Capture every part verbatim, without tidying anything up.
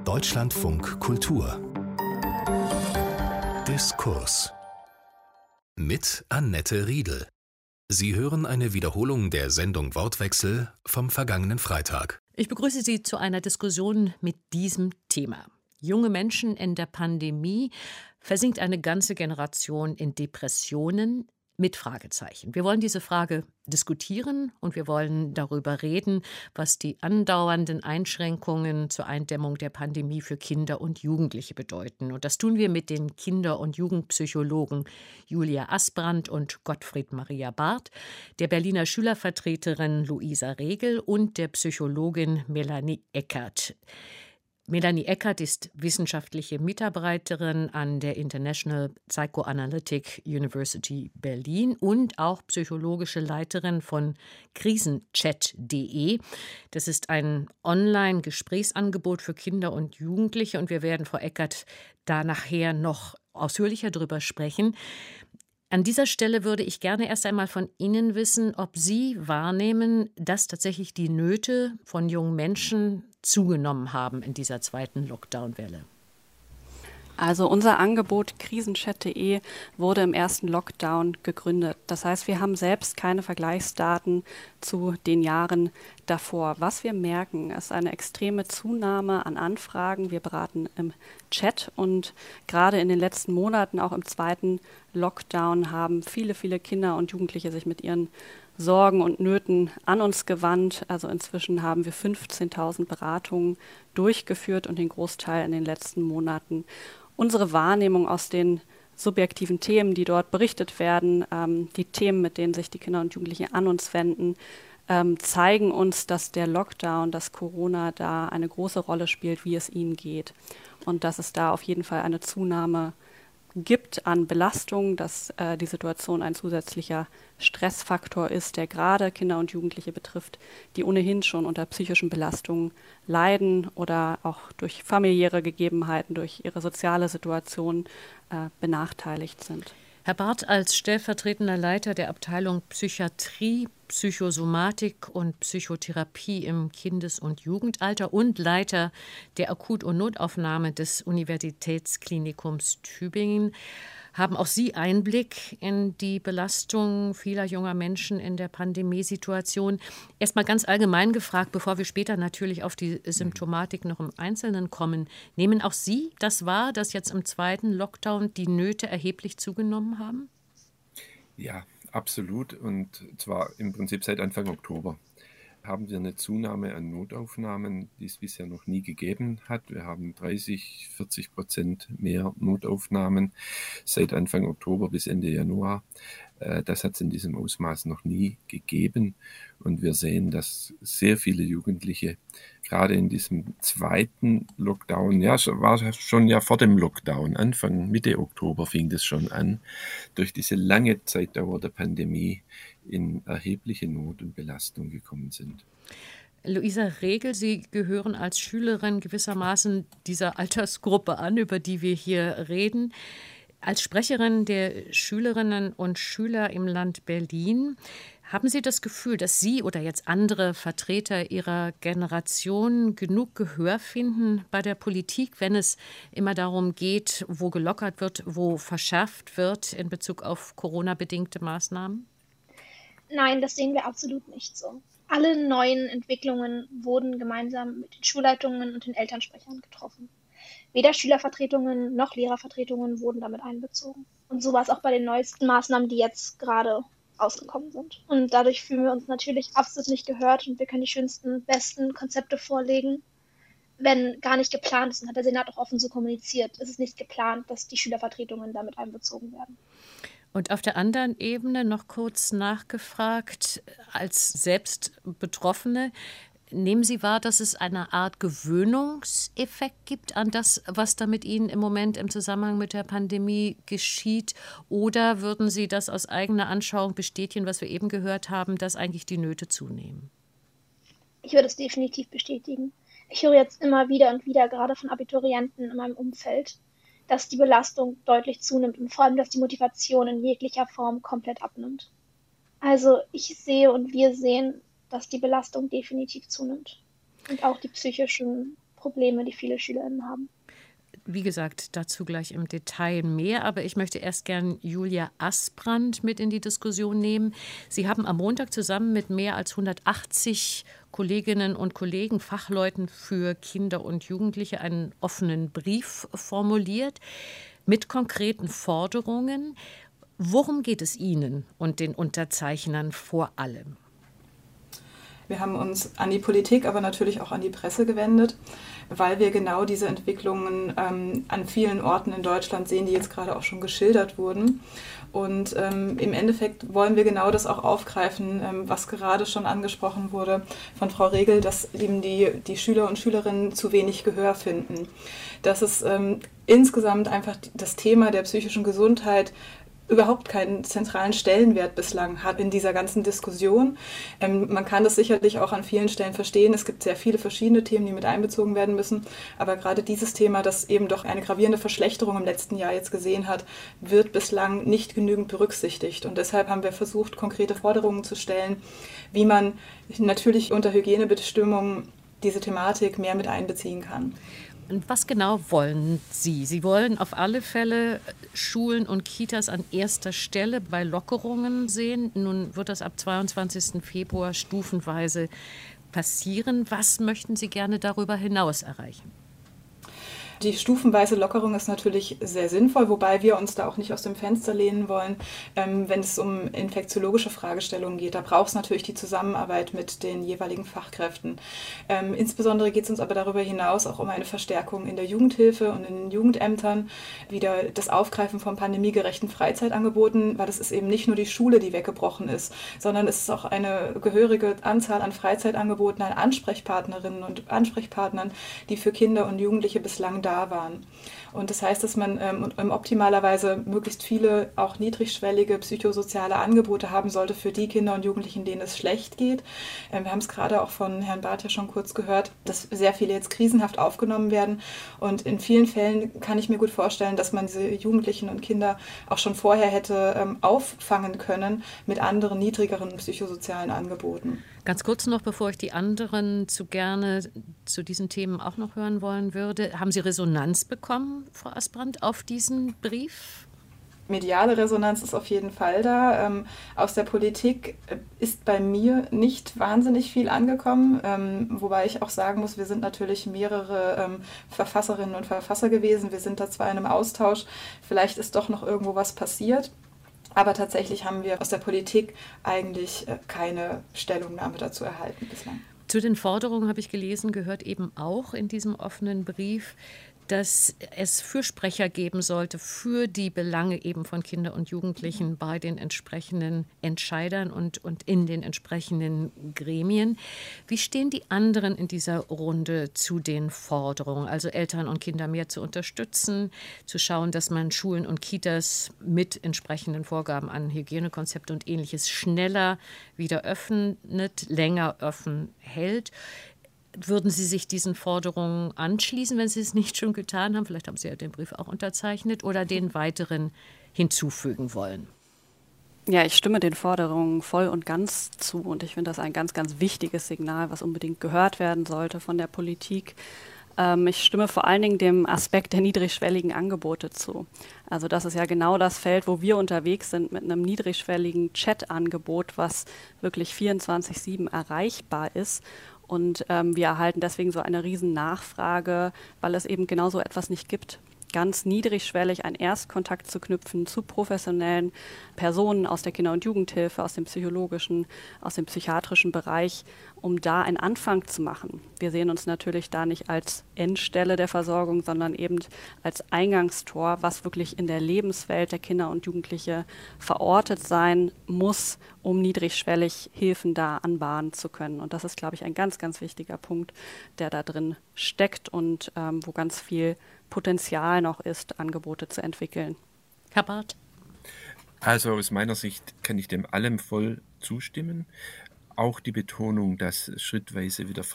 Deutschlandfunk Kultur Diskurs mit Annette Riedel. Sie hören eine Wiederholung der Sendung Wortwechsel vom vergangenen Freitag. Ich begrüße Sie zu einer Diskussion mit diesem Thema. Junge Menschen in der Pandemie, versinkt eine ganze Generation in Depressionen? Mit Fragezeichen. Wir wollen diese Frage diskutieren und wir wollen darüber reden, was die andauernden Einschränkungen zur Eindämmung der Pandemie für Kinder und Jugendliche bedeuten. Und das tun wir mit den Kinder- und Jugendpsychologen Julia Asbrandt und Gottfried Maria Barth, der Berliner Schülervertreterin Luisa Regel und der Psychologin Melanie Eckert. Melanie Eckert ist wissenschaftliche Mitarbeiterin an der International Psychoanalytic University Berlin und auch psychologische Leiterin von Krisenchat punkt de. Das ist ein Online-Gesprächsangebot für Kinder und Jugendliche und wir werden, Frau Eckert, da nachher noch ausführlicher drüber sprechen. An dieser Stelle würde ich gerne erst einmal von Ihnen wissen, ob Sie wahrnehmen, dass tatsächlich die Nöte von jungen Menschen zugenommen haben in dieser zweiten Lockdown-Welle. Also unser Angebot Krisenchat punkt de wurde im ersten Lockdown gegründet. Das heißt, wir haben selbst keine Vergleichsdaten zu den Jahren davor. Was wir merken, ist eine extreme Zunahme an Anfragen. Wir beraten im Chat und gerade in den letzten Monaten, auch im zweiten Lockdown, haben viele, viele Kinder und Jugendliche sich mit ihren Sorgen und Nöten an uns gewandt. Also inzwischen haben wir fünfzehntausend Beratungen durchgeführt und den Großteil in den letzten Monaten. Unsere Wahrnehmung aus den subjektiven Themen, die dort berichtet werden, ähm, die Themen, mit denen sich die Kinder und Jugendlichen an uns wenden, ähm, zeigen uns, dass der Lockdown, dass Corona da eine große Rolle spielt, wie es ihnen geht. Und dass es da auf jeden Fall eine Zunahme gibt an Belastung, dass äh, die Situation ein zusätzlicher Stressfaktor ist, der gerade Kinder und Jugendliche betrifft, die ohnehin schon unter psychischen Belastungen leiden oder auch durch familiäre Gegebenheiten, durch ihre soziale Situation äh, benachteiligt sind. Herr Barth, als stellvertretender Leiter der Abteilung Psychiatrie, Psychosomatik und Psychotherapie im Kindes- und Jugendalter und Leiter der Akut- und Notaufnahme des Universitätsklinikums Tübingen, haben auch Sie Einblick in die Belastung vieler junger Menschen in der Pandemiesituation? Erstmal ganz allgemein gefragt, bevor wir später natürlich auf die Symptomatik noch im Einzelnen kommen. Nehmen auch Sie das wahr, dass jetzt im zweiten Lockdown die Nöte erheblich zugenommen haben? Ja, absolut. Und zwar im Prinzip seit Anfang Oktober haben wir eine Zunahme an Notaufnahmen, die es bisher noch nie gegeben hat. Wir haben dreißig, vierzig Prozent mehr Notaufnahmen seit Anfang Oktober bis Ende Januar. Das hat es in diesem Ausmaß noch nie gegeben. Und wir sehen, dass sehr viele Jugendliche gerade in diesem zweiten Lockdown, ja, war schon ja vor dem Lockdown, Anfang, Mitte Oktober fing das schon an, durch diese lange Zeitdauer der Pandemie in erhebliche Not und Belastung gekommen sind. Luisa Regel, Sie gehören als Schülerin gewissermaßen dieser Altersgruppe an, über die wir hier reden. Als Sprecherin der Schülerinnen und Schüler im Land Berlin, haben Sie das Gefühl, dass Sie oder jetzt andere Vertreter Ihrer Generation genug Gehör finden bei der Politik, wenn es immer darum geht, wo gelockert wird, wo verschärft wird in Bezug auf Corona-bedingte Maßnahmen? Nein, das sehen wir absolut nicht so. Alle neuen Entwicklungen wurden gemeinsam mit den Schulleitungen und den Elternsprechern getroffen. Weder Schülervertretungen noch Lehrervertretungen wurden damit einbezogen. Und so war es auch bei den neuesten Maßnahmen, die jetzt gerade rausgekommen sind. Und dadurch fühlen wir uns natürlich absolut nicht gehört und wir können die schönsten, besten Konzepte vorlegen, wenn gar nicht geplant ist. Und hat der Senat auch offen so kommuniziert. Es ist nicht geplant, dass die Schülervertretungen damit einbezogen werden. Und auf der anderen Ebene noch kurz nachgefragt, als selbst Betroffene, nehmen Sie wahr, dass es eine Art Gewöhnungseffekt gibt an das, was da mit Ihnen im Moment im Zusammenhang mit der Pandemie geschieht? Oder würden Sie das aus eigener Anschauung bestätigen, was wir eben gehört haben, dass eigentlich die Nöte zunehmen? Ich würde es definitiv bestätigen. Ich höre jetzt immer wieder und wieder, gerade von Abiturienten in meinem Umfeld, dass die Belastung deutlich zunimmt und vor allem, dass die Motivation in jeglicher Form komplett abnimmt. Also ich sehe und wir sehen, dass die Belastung definitiv zunimmt und auch die psychischen Probleme, die viele SchülerInnen haben. Wie gesagt, dazu gleich im Detail mehr, aber ich möchte erst gern Julia Asbrand mit in die Diskussion nehmen. Sie haben am Montag zusammen mit mehr als hundertachtzig Kolleginnen und Kollegen, Fachleuten für Kinder und Jugendliche einen offenen Brief formuliert mit konkreten Forderungen. Worum geht es Ihnen und den Unterzeichnern vor allem? Wir haben uns an die Politik, aber natürlich auch an die Presse gewendet, weil wir genau diese Entwicklungen ähm, an vielen Orten in Deutschland sehen, die jetzt gerade auch schon geschildert wurden. Und ähm, im Endeffekt wollen wir genau das auch aufgreifen, ähm, was gerade schon angesprochen wurde von Frau Regel, dass eben die, die Schüler und Schülerinnen zu wenig Gehör finden. Dass es ähm, insgesamt einfach das Thema der psychischen Gesundheit überhaupt keinen zentralen Stellenwert bislang hat in dieser ganzen Diskussion. Ähm, man kann das sicherlich auch an vielen Stellen verstehen. Es gibt sehr viele verschiedene Themen, die mit einbezogen werden müssen. Aber gerade dieses Thema, das eben doch eine gravierende Verschlechterung im letzten Jahr jetzt gesehen hat, wird bislang nicht genügend berücksichtigt. Und deshalb haben wir versucht, konkrete Forderungen zu stellen, wie man natürlich unter Hygienebestimmungen diese Thematik mehr mit einbeziehen kann. Und was genau wollen Sie? Sie wollen auf alle Fälle Schulen und Kitas an erster Stelle bei Lockerungen sehen. Nun wird das ab zweiundzwanzigsten Februar stufenweise passieren. Was möchten Sie gerne darüber hinaus erreichen? Die stufenweise Lockerung ist natürlich sehr sinnvoll, wobei wir uns da auch nicht aus dem Fenster lehnen wollen, ähm, wenn es um infektiologische Fragestellungen geht. Da braucht es natürlich die Zusammenarbeit mit den jeweiligen Fachkräften. Ähm, insbesondere geht es uns aber darüber hinaus auch um eine Verstärkung in der Jugendhilfe und in den Jugendämtern, wieder das Aufgreifen von pandemiegerechten Freizeitangeboten, weil das ist eben nicht nur die Schule, die weggebrochen ist, sondern es ist auch eine gehörige Anzahl an Freizeitangeboten, an Ansprechpartnerinnen und Ansprechpartnern, die für Kinder und Jugendliche bislang da waren. Und das heißt, dass man ähm, optimalerweise möglichst viele auch niedrigschwellige psychosoziale Angebote haben sollte für die Kinder und Jugendlichen, denen es schlecht geht. Ähm, wir haben es gerade auch von Herrn Barth ja schon kurz gehört, dass sehr viele jetzt krisenhaft aufgenommen werden. Und in vielen Fällen kann ich mir gut vorstellen, dass man diese Jugendlichen und Kinder auch schon vorher hätte ähm, auffangen können mit anderen, niedrigeren psychosozialen Angeboten. Ganz kurz noch, bevor ich die anderen zu gerne zu diesen Themen auch noch hören wollen würde. Haben Sie Resonanz bekommen, Frau Asbrand, auf diesen Brief? Mediale Resonanz ist auf jeden Fall da. Ähm, aus der Politik ist bei mir nicht wahnsinnig viel angekommen, ähm, wobei ich auch sagen muss, wir sind natürlich mehrere ähm, Verfasserinnen und Verfasser gewesen. Wir sind da zwar in einem Austausch, vielleicht ist doch noch irgendwo was passiert. Aber tatsächlich haben wir aus der Politik eigentlich keine Stellungnahme dazu erhalten bislang. Zu den Forderungen, habe ich gelesen, gehört eben auch in diesem offenen Brief, dass es Fürsprecher geben sollte für die Belange eben von Kindern und Jugendlichen bei den entsprechenden Entscheidern und, und in den entsprechenden Gremien. Wie stehen die anderen in dieser Runde zu den Forderungen? Also Eltern und Kinder mehr zu unterstützen, zu schauen, dass man Schulen und Kitas mit entsprechenden Vorgaben an Hygienekonzepte und Ähnliches schneller wieder öffnet, länger offen hält. Würden Sie sich diesen Forderungen anschließen, wenn Sie es nicht schon getan haben? Vielleicht haben Sie ja den Brief auch unterzeichnet oder den weiteren hinzufügen wollen. Ja, ich stimme den Forderungen voll und ganz zu. Und ich finde das ein ganz, ganz wichtiges Signal, was unbedingt gehört werden sollte von der Politik. Ähm, ich stimme vor allen Dingen dem Aspekt der niedrigschwelligen Angebote zu. Also das ist ja genau das Feld, wo wir unterwegs sind mit einem niedrigschwelligen Chat-Angebot, was wirklich vierundzwanzig sieben erreichbar ist. Und ähm, wir erhalten deswegen so eine riesen Nachfrage, weil es eben genau so etwas nicht gibt. Ganz niedrigschwellig einen Erstkontakt zu knüpfen zu professionellen Personen aus der Kinder- und Jugendhilfe, aus dem psychologischen, aus dem psychiatrischen Bereich, um da einen Anfang zu machen. Wir sehen uns natürlich da nicht als Endstelle der Versorgung, sondern eben als Eingangstor, was wirklich in der Lebenswelt der Kinder und Jugendliche verortet sein muss, um niedrigschwellig Hilfen da anbahnen zu können. Und das ist, glaube ich, ein ganz, ganz wichtiger Punkt, der da drin steckt und ähm, wo ganz viel Potenzial noch ist, Angebote zu entwickeln. Herr Barth? Also aus meiner Sicht kann ich dem allem voll zustimmen. Auch die Betonung, dass schrittweise wieder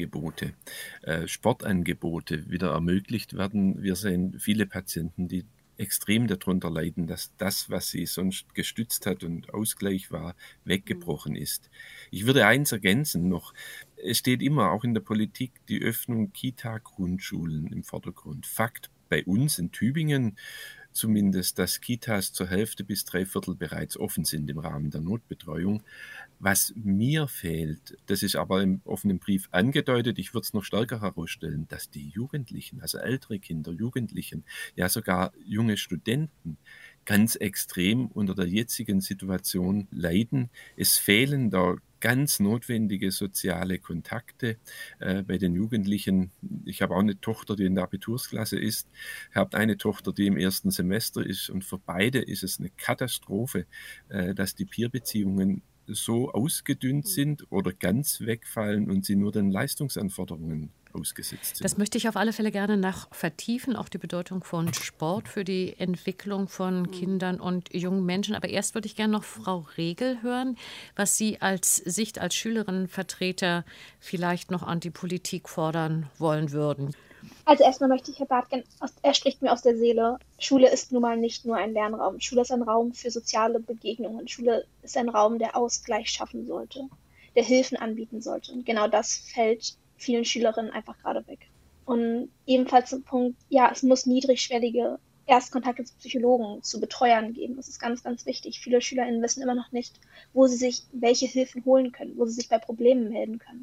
Freizeitangebote, äh, Sportangebote wieder ermöglicht werden. Wir sehen viele Patienten, die extrem darunter leiden, dass das, was sie sonst gestützt hat und Ausgleich war, weggebrochen ist. Ich würde eins ergänzen noch. Es steht immer auch in der Politik die Öffnung Kita-Grundschulen im Vordergrund. Fakt bei uns in Tübingen zumindest, dass Kitas zur Hälfte bis drei Viertel bereits offen sind im Rahmen der Notbetreuung. Was mir fehlt, das ist aber im offenen Brief angedeutet, ich würde es noch stärker herausstellen, dass die Jugendlichen, also ältere Kinder, Jugendlichen, ja sogar junge Studenten ganz extrem unter der jetzigen Situation leiden. Es fehlen da ganz notwendige soziale Kontakte äh, bei den Jugendlichen. Ich habe auch eine Tochter, die in der Abitursklasse ist. Ich habe eine Tochter, die im ersten Semester ist. Und für beide ist es eine Katastrophe, äh, dass die Peer-Beziehungen so ausgedünnt sind oder ganz wegfallen und sie nur den Leistungsanforderungen ausgesetzt sind. Das möchte ich auf alle Fälle gerne noch vertiefen, auch die Bedeutung von Sport für die Entwicklung von Kindern und jungen Menschen. Aber erst würde ich gerne noch Frau Regel hören, was Sie als Sicht als Schülerinnenvertreter vielleicht noch an die Politik fordern wollen würden. Also erstmal möchte ich Herr Bartgen, er spricht mir aus der Seele. Schule ist nun mal nicht nur ein Lernraum. Schule ist ein Raum für soziale Begegnungen. Schule ist ein Raum, der Ausgleich schaffen sollte, der Hilfen anbieten sollte. Und genau das fällt vielen Schülerinnen einfach gerade weg. Und ebenfalls zum Punkt, ja, es muss niedrigschwellige Erstkontakte zu Psychologen, zu Betreuern geben. Das ist ganz, ganz wichtig. Viele SchülerInnen wissen immer noch nicht, wo sie sich welche Hilfen holen können, wo sie sich bei Problemen melden können.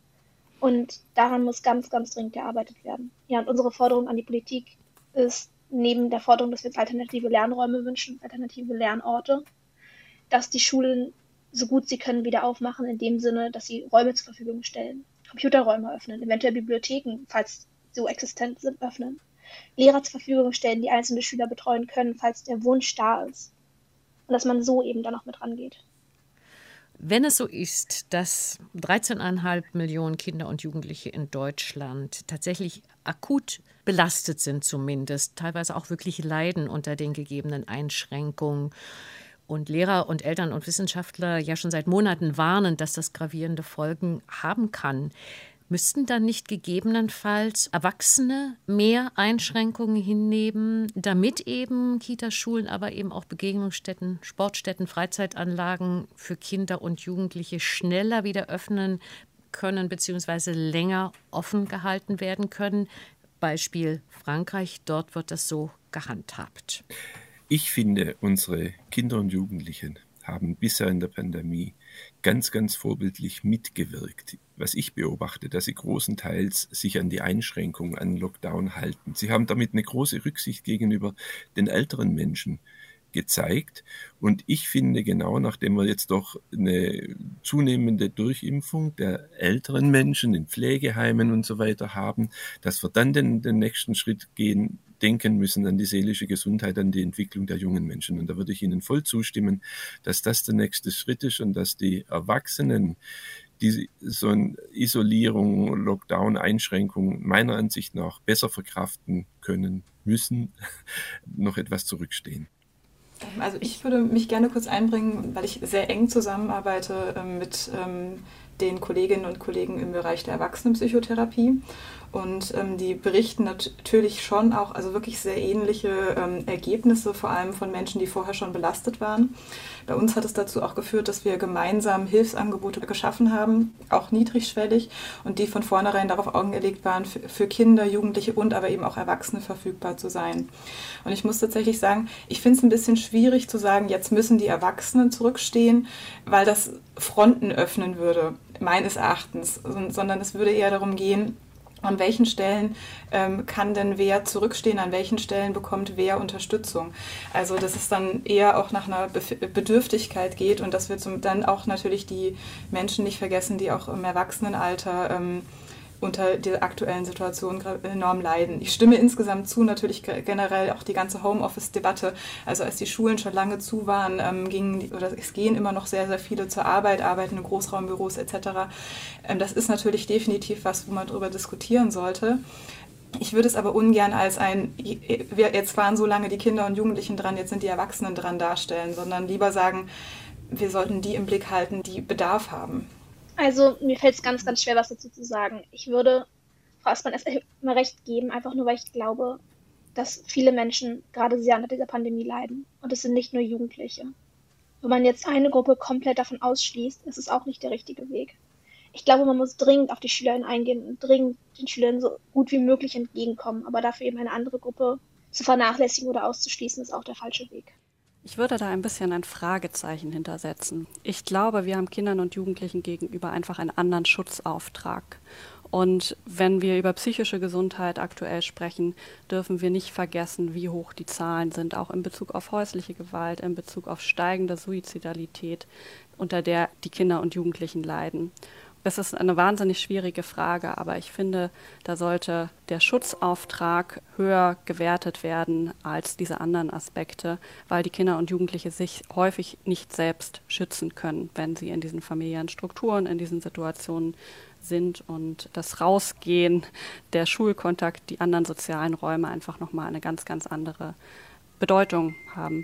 Und daran muss ganz, ganz dringend gearbeitet werden. Ja, und unsere Forderung an die Politik ist, neben der Forderung, dass wir uns alternative Lernräume wünschen, alternative Lernorte, dass die Schulen so gut sie können wieder aufmachen, in dem Sinne, dass sie Räume zur Verfügung stellen, Computerräume öffnen, eventuell Bibliotheken, falls so existent sind, öffnen, Lehrer zur Verfügung stellen, die einzelne Schüler betreuen können, falls der Wunsch da ist. Und dass man so eben da noch mit rangeht. Wenn es so ist, dass dreizehn Komma fünf Millionen Kinder und Jugendliche in Deutschland tatsächlich akut belastet sind zumindest, teilweise auch wirklich leiden unter den gegebenen Einschränkungen und Lehrer und Eltern und Wissenschaftler ja schon seit Monaten warnen, dass das gravierende Folgen haben kann, müssten dann nicht gegebenenfalls Erwachsene mehr Einschränkungen hinnehmen, damit eben Kitaschulen, aber eben auch Begegnungsstätten, Sportstätten, Freizeitanlagen für Kinder und Jugendliche schneller wieder öffnen können bzw. länger offen gehalten werden können? Beispiel Frankreich, dort wird das so gehandhabt. Ich finde, unsere Kinder und Jugendlichen haben bisher in der Pandemie ganz, ganz vorbildlich mitgewirkt. Was ich beobachte, dass sie großenteils sich an die Einschränkungen, an Lockdown halten. Sie haben damit eine große Rücksicht gegenüber den älteren Menschen gezeigt. Und ich finde genau, nachdem wir jetzt doch eine zunehmende Durchimpfung der älteren Menschen in Pflegeheimen und so weiter haben, dass wir dann den, den nächsten Schritt gehen, denken müssen an die seelische Gesundheit, an die Entwicklung der jungen Menschen. Und da würde ich Ihnen voll zustimmen, dass das der nächste Schritt ist und dass die Erwachsenen, die so eine Isolierung, Lockdown, Einschränkung meiner Ansicht nach besser verkraften können, müssen, noch etwas zurückstehen. Also ich würde mich gerne kurz einbringen, weil ich sehr eng zusammenarbeite äh, mit ähm, den Kolleginnen und Kollegen im Bereich der Erwachsenenpsychotherapie. Und ähm, die berichten natürlich schon auch, also wirklich sehr ähnliche ähm, Ergebnisse, vor allem von Menschen, die vorher schon belastet waren. Bei uns hat es dazu auch geführt, dass wir gemeinsam Hilfsangebote geschaffen haben, auch niedrigschwellig, und die von vornherein darauf Augen gelegt waren, für, für Kinder, Jugendliche und aber eben auch Erwachsene verfügbar zu sein. Und ich muss tatsächlich sagen, ich finde es ein bisschen schwierig zu sagen, jetzt müssen die Erwachsenen zurückstehen, weil das Fronten öffnen würde, meines Erachtens, sondern es würde eher darum gehen, an welchen Stellen ähm, kann denn wer zurückstehen, an welchen Stellen bekommt wer Unterstützung. Also dass es dann eher auch nach einer Bef- Bedürftigkeit geht und dass wir zum, dann auch natürlich die Menschen nicht vergessen, die auch im Erwachsenenalter ähm, unter der aktuellen Situation enorm leiden. Ich stimme insgesamt zu, natürlich generell auch die ganze Homeoffice-Debatte. Also als die Schulen schon lange zu waren, ähm, gingen, oder es gehen immer noch sehr, sehr viele zur Arbeit, arbeiten in Großraumbüros et cetera. Ähm, das ist natürlich definitiv was, wo man drüber diskutieren sollte. Ich würde es aber ungern als ein, jetzt waren so lange die Kinder und Jugendlichen dran, jetzt sind die Erwachsenen dran darstellen, sondern lieber sagen, wir sollten die im Blick halten, die Bedarf haben. Also mir fällt es ganz, ganz schwer, was dazu zu sagen. Ich würde Frau Aßmann erst mal recht geben, einfach nur, weil ich glaube, dass viele Menschen gerade sehr unter dieser Pandemie leiden. Und es sind nicht nur Jugendliche. Wenn man jetzt eine Gruppe komplett davon ausschließt, ist es auch nicht der richtige Weg. Ich glaube, man muss dringend auf die SchülerInnen eingehen und dringend den Schülern so gut wie möglich entgegenkommen. Aber dafür eben eine andere Gruppe zu vernachlässigen oder auszuschließen, ist auch der falsche Weg. Ich würde da ein bisschen ein Fragezeichen hintersetzen. Ich glaube, wir haben Kindern und Jugendlichen gegenüber einfach einen anderen Schutzauftrag. Und wenn wir über psychische Gesundheit aktuell sprechen, dürfen wir nicht vergessen, wie hoch die Zahlen sind, auch in Bezug auf häusliche Gewalt, in Bezug auf steigende Suizidalität, unter der die Kinder und Jugendlichen leiden. Das ist eine wahnsinnig schwierige Frage, aber ich finde, da sollte der Schutzauftrag höher gewertet werden als diese anderen Aspekte, weil die Kinder und Jugendliche sich häufig nicht selbst schützen können, wenn sie in diesen familiären Strukturen, in diesen Situationen sind und das Rausgehen, der Schulkontakt, die anderen sozialen Räume einfach nochmal eine ganz, ganz andere Bedeutung haben.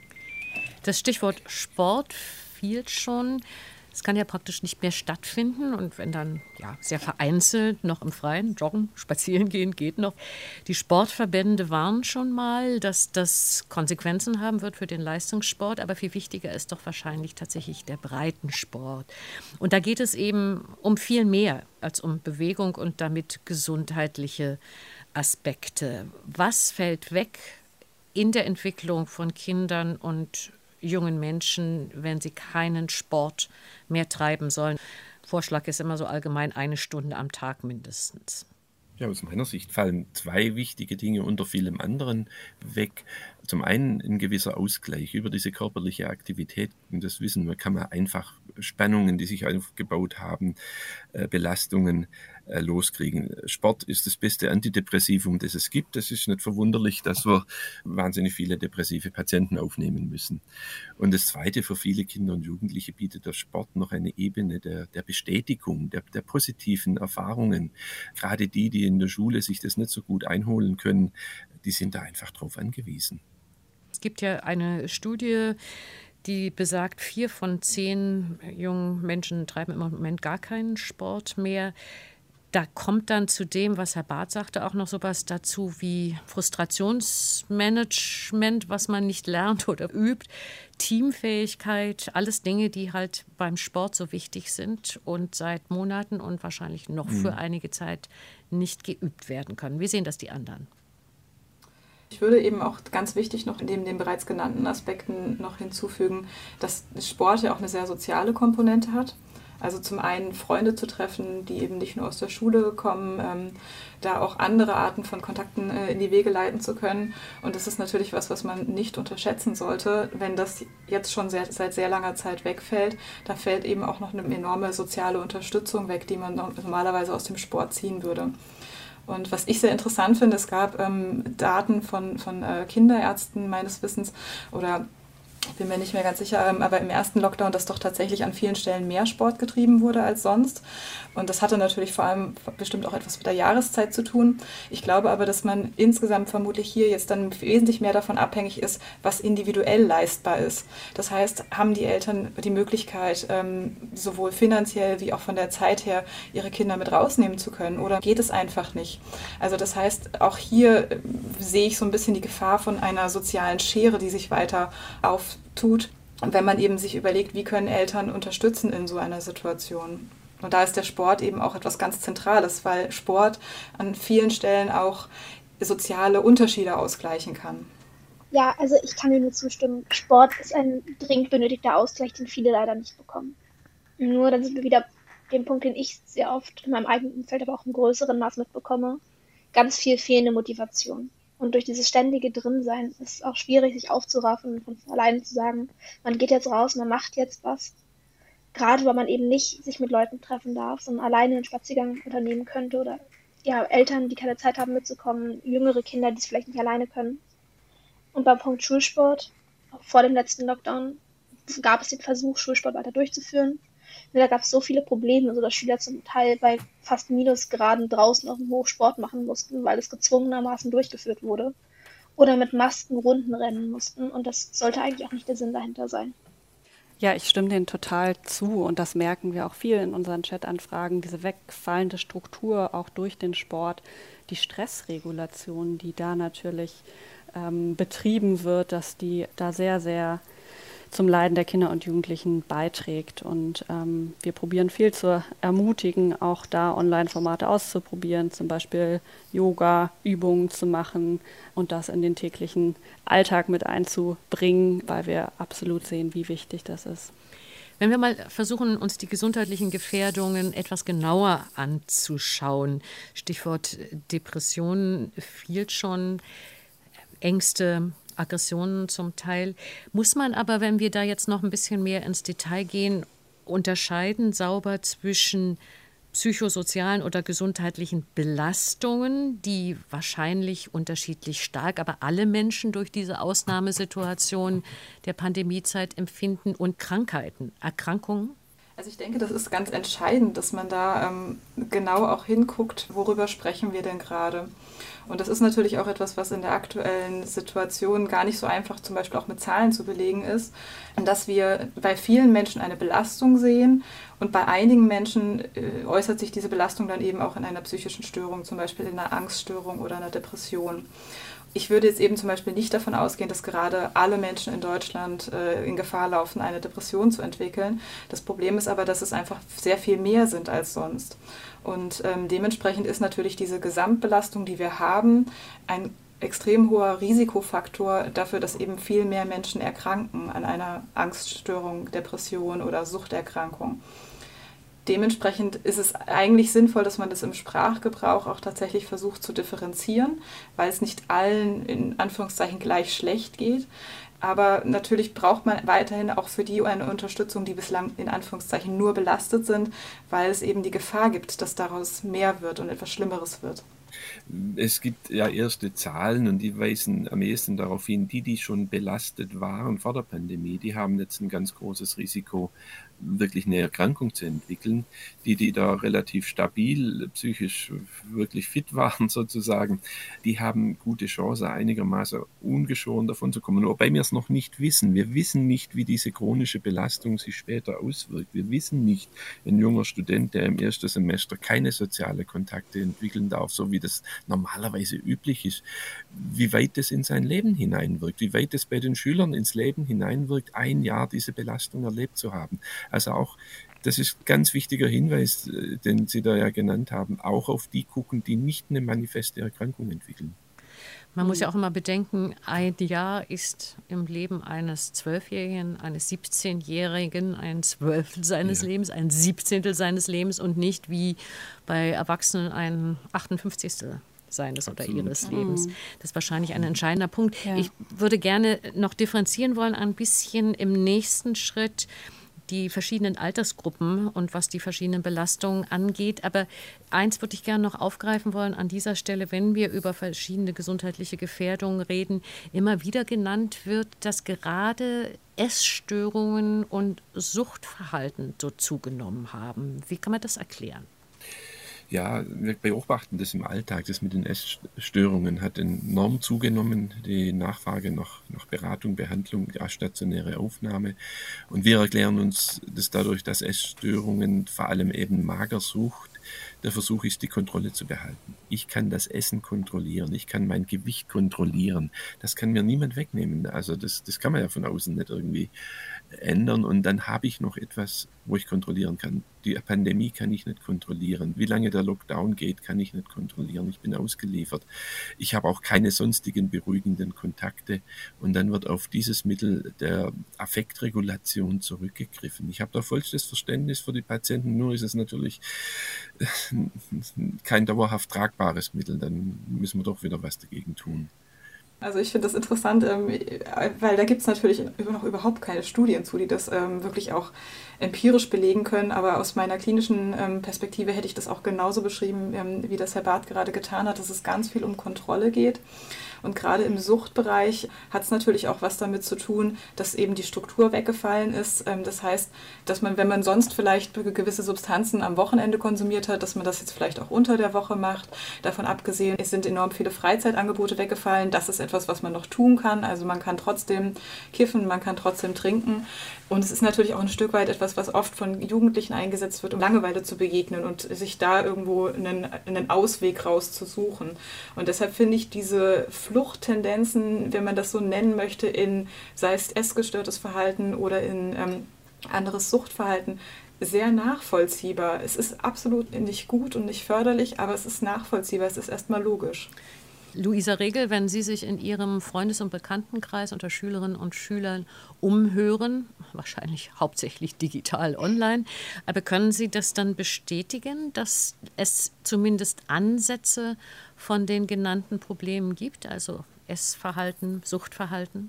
Das Stichwort Sport fiel schon. Es kann ja praktisch nicht mehr stattfinden und wenn dann ja sehr vereinzelt noch im Freien joggen, spazieren gehen, geht noch. Die Sportverbände warnen schon mal, dass das Konsequenzen haben wird für den Leistungssport, aber viel wichtiger ist doch wahrscheinlich tatsächlich der Breitensport. Und da geht es eben um viel mehr als um Bewegung und damit gesundheitliche Aspekte. Was fällt weg in der Entwicklung von Kindern und jungen Menschen, wenn sie keinen Sport mehr treiben sollen? Vorschlag ist immer so allgemein eine Stunde am Tag mindestens. Ja, aus meiner Sicht fallen zwei wichtige Dinge unter vielem anderen weg. Zum einen ein gewisser Ausgleich über diese körperliche Aktivität. Und das wissen wir, kann man einfach Spannungen, die sich aufgebaut haben, Belastungen loskriegen. Sport ist das beste Antidepressivum, das es gibt. Es ist nicht verwunderlich, dass wir wahnsinnig viele depressive Patienten aufnehmen müssen. Und das Zweite, für viele Kinder und Jugendliche bietet der Sport noch eine Ebene der, der Bestätigung, der, der positiven Erfahrungen. Gerade die, die in der Schule sich das nicht so gut einholen können, die sind da einfach drauf angewiesen. Es gibt ja eine Studie, die besagt, vier von zehn jungen Menschen treiben im Moment gar keinen Sport mehr. Da kommt dann zu dem, was Herr Barth sagte, auch noch sowas dazu wie Frustrationsmanagement, was man nicht lernt oder übt, Teamfähigkeit, alles Dinge, die halt beim Sport so wichtig sind und seit Monaten und wahrscheinlich noch für einige Zeit nicht geübt werden können. Wie sehen das die anderen? Ich würde eben auch ganz wichtig noch neben den bereits genannten Aspekten noch hinzufügen, dass Sport ja auch eine sehr soziale Komponente hat. Also zum einen Freunde zu treffen, die eben nicht nur aus der Schule kommen, ähm, da auch andere Arten von Kontakten äh, in die Wege leiten zu können. Und das ist natürlich was, was man nicht unterschätzen sollte. Wenn das jetzt schon sehr, seit sehr langer Zeit wegfällt, da fällt eben auch noch eine enorme soziale Unterstützung weg, die man normalerweise aus dem Sport ziehen würde. Und was ich sehr interessant finde, es gab ähm, Daten von, von äh, Kinderärzten meines Wissens oder ich bin mir nicht mehr ganz sicher, aber im ersten Lockdown, dass doch tatsächlich an vielen Stellen mehr Sport getrieben wurde als sonst. Und das hatte natürlich vor allem bestimmt auch etwas mit der Jahreszeit zu tun. Ich glaube aber, dass man insgesamt vermutlich hier jetzt dann wesentlich mehr davon abhängig ist, was individuell leistbar ist. Das heißt, haben die Eltern die Möglichkeit, sowohl finanziell wie auch von der Zeit her, ihre Kinder mit rausnehmen zu können oder geht es einfach nicht? Also das heißt, auch hier sehe ich so ein bisschen die Gefahr von einer sozialen Schere, die sich weiter auf tut, wenn man eben sich überlegt, wie können Eltern unterstützen in so einer Situation. Und da ist der Sport eben auch etwas ganz Zentrales, weil Sport an vielen Stellen auch soziale Unterschiede ausgleichen kann. Ja, also ich kann dir nur zustimmen. Sport ist ein dringend benötigter Ausgleich, den viele leider nicht bekommen. Nur dann sind wir wieder dem Punkt, den ich sehr oft in meinem eigenen Umfeld, aber auch im größeren Maß mitbekomme, ganz viel fehlende Motivation. Und durch dieses ständige Drinsein ist es auch schwierig, sich aufzuraffen und von alleine zu sagen, man geht jetzt raus, man macht jetzt was. Gerade weil man eben nicht sich mit Leuten treffen darf, sondern alleine einen Spaziergang unternehmen könnte oder ja, Eltern, die keine Zeit haben mitzukommen, jüngere Kinder, die es vielleicht nicht alleine können. Und beim Punkt Schulsport, auch vor dem letzten Lockdown, gab es den Versuch, Schulsport weiter durchzuführen. Und da gab es so viele Probleme, sodass Schüler zum Teil bei fast Minusgraden draußen auf dem Hof Sport machen mussten, weil es gezwungenermaßen durchgeführt wurde. Oder mit Masken Runden rennen mussten. Und das sollte eigentlich auch nicht der Sinn dahinter sein. Ja, ich stimme denen total zu und das merken wir auch viel in unseren Chat-Anfragen, diese wegfallende Struktur auch durch den Sport, die Stressregulation, die da natürlich ähm, betrieben wird, dass die da sehr, sehr zum Leiden der Kinder und Jugendlichen beiträgt. Und ähm, wir probieren viel zu ermutigen, auch da Online-Formate auszuprobieren, zum Beispiel Yoga-Übungen zu machen und das in den täglichen Alltag mit einzubringen, weil wir absolut sehen, wie wichtig das ist. Wenn wir mal versuchen, uns die gesundheitlichen Gefährdungen etwas genauer anzuschauen, Stichwort Depressionen fiel schon, Ängste, Aggressionen zum Teil. Muss man aber, wenn wir da jetzt noch ein bisschen mehr ins Detail gehen, unterscheiden sauber zwischen psychosozialen oder gesundheitlichen Belastungen, die wahrscheinlich unterschiedlich stark, aber alle Menschen durch diese Ausnahmesituation der Pandemiezeit empfinden, und Krankheiten, Erkrankungen? Also ich denke, das ist ganz entscheidend, dass man da ähm, genau auch hinguckt, worüber sprechen wir denn gerade. Und das ist natürlich auch etwas, was in der aktuellen Situation gar nicht so einfach zum Beispiel auch mit Zahlen zu belegen ist, dass wir bei vielen Menschen eine Belastung sehen und bei einigen Menschen äh, äußert sich diese Belastung dann eben auch in einer psychischen Störung, zum Beispiel in einer Angststörung oder einer Depression. Ich würde jetzt eben zum Beispiel nicht davon ausgehen, dass gerade alle Menschen in Deutschland äh, in Gefahr laufen, eine Depression zu entwickeln. Das Problem ist aber, dass es einfach sehr viel mehr sind als sonst. Und ähm, dementsprechend ist natürlich diese Gesamtbelastung, die wir haben, ein extrem hoher Risikofaktor dafür, dass eben viel mehr Menschen erkranken an einer Angststörung, Depression oder Suchterkrankung. Dementsprechend ist es eigentlich sinnvoll, dass man das im Sprachgebrauch auch tatsächlich versucht zu differenzieren, weil es nicht allen in Anführungszeichen gleich schlecht geht. Aber natürlich braucht man weiterhin auch für die eine Unterstützung, die bislang in Anführungszeichen nur belastet sind, weil es eben die Gefahr gibt, dass daraus mehr wird und etwas Schlimmeres wird. Es gibt ja erste Zahlen und die weisen am ehesten darauf hin, die, die schon belastet waren vor der Pandemie, die haben jetzt ein ganz großes Risiko, wirklich eine Erkrankung zu entwickeln. Die, die da relativ stabil, psychisch wirklich fit waren sozusagen, die haben gute Chance, einigermaßen ungeschoren davon zu kommen. Wobei wir es noch nicht wissen. Wir wissen nicht, wie diese chronische Belastung sich später auswirkt. Wir wissen nicht, ein junger Student, der im ersten Semester keine sozialen Kontakte entwickeln darf, so wie das normalerweise üblich ist, wie weit das in sein Leben hineinwirkt, wie weit das bei den Schülern ins Leben hineinwirkt, ein Jahr diese Belastung erlebt zu haben. Also auch, das ist ein ganz wichtiger Hinweis, den Sie da ja genannt haben, auch auf die gucken, die nicht eine manifeste Erkrankung entwickeln. Man muss ja auch immer bedenken, ein Jahr ist im Leben eines Zwölfjährigen, eines siebzehnjährigen ein Zwölftel seines ja. Lebens, ein Siebzehntel seines Lebens und nicht wie bei Erwachsenen ein achtundfünfzigstel seines Absolut. Oder ihres Lebens. Das ist wahrscheinlich ein entscheidender Punkt. Ja. Ich würde gerne noch differenzieren wollen, ein bisschen im nächsten Schritt die verschiedenen Altersgruppen und was die verschiedenen Belastungen angeht. Aber eins würde ich gerne noch aufgreifen wollen an dieser Stelle, wenn wir über verschiedene gesundheitliche Gefährdungen reden, immer wieder genannt wird, dass gerade Essstörungen und Suchtverhalten so zugenommen haben. Wie kann man das erklären? Ja, wir beobachten das im Alltag. Das mit den Essstörungen hat enorm zugenommen, die Nachfrage nach, nach Beratung, Behandlung, die stationäre Aufnahme. Und wir erklären uns das dadurch, dass Essstörungen, vor allem eben Magersucht, der Versuch ist, die Kontrolle zu behalten. Ich kann das Essen kontrollieren, ich kann mein Gewicht kontrollieren. Das kann mir niemand wegnehmen. Also das, das kann man ja von außen nicht irgendwie ändern. Und dann habe ich noch etwas, wo ich kontrollieren kann. Die Pandemie kann ich nicht kontrollieren. Wie lange der Lockdown geht, kann ich nicht kontrollieren. Ich bin ausgeliefert. Ich habe auch keine sonstigen beruhigenden Kontakte. Und dann wird auf dieses Mittel der Affektregulation zurückgegriffen. Ich habe da vollstes Verständnis für die Patienten, nur ist es natürlich kein dauerhaft tragbares Mittel. Dann müssen wir doch wieder was dagegen tun. Also ich finde das interessant, weil da gibt es natürlich noch überhaupt keine Studien zu, die das wirklich auch empirisch belegen können. Aber aus meiner klinischen Perspektive hätte ich das auch genauso beschrieben, wie das Herr Barth gerade getan hat, dass es ganz viel um Kontrolle geht. Und gerade im Suchtbereich hat es natürlich auch was damit zu tun, dass eben die Struktur weggefallen ist. Das heißt, dass man, wenn man sonst vielleicht gewisse Substanzen am Wochenende konsumiert hat, dass man das jetzt vielleicht auch unter der Woche macht. Davon abgesehen, es sind enorm viele Freizeitangebote weggefallen. Das ist etwas, was man noch tun kann. Also man kann trotzdem kiffen, man kann trotzdem trinken. Und es ist natürlich auch ein Stück weit etwas, was oft von Jugendlichen eingesetzt wird, um Langeweile zu begegnen und sich da irgendwo einen, einen Ausweg rauszusuchen. Und deshalb finde ich diese Fluchttendenzen, wenn man das so nennen möchte, in sei es essgestörtes Verhalten oder in ähm, anderes Suchtverhalten, sehr nachvollziehbar. Es ist absolut nicht gut und nicht förderlich, aber es ist nachvollziehbar, es ist erstmal logisch. Luisa Regel, wenn Sie sich in Ihrem Freundes- und Bekanntenkreis unter Schülerinnen und Schülern umhören, wahrscheinlich hauptsächlich digital online, aber können Sie das dann bestätigen, dass es zumindest Ansätze von den genannten Problemen gibt, also Essverhalten, Suchtverhalten?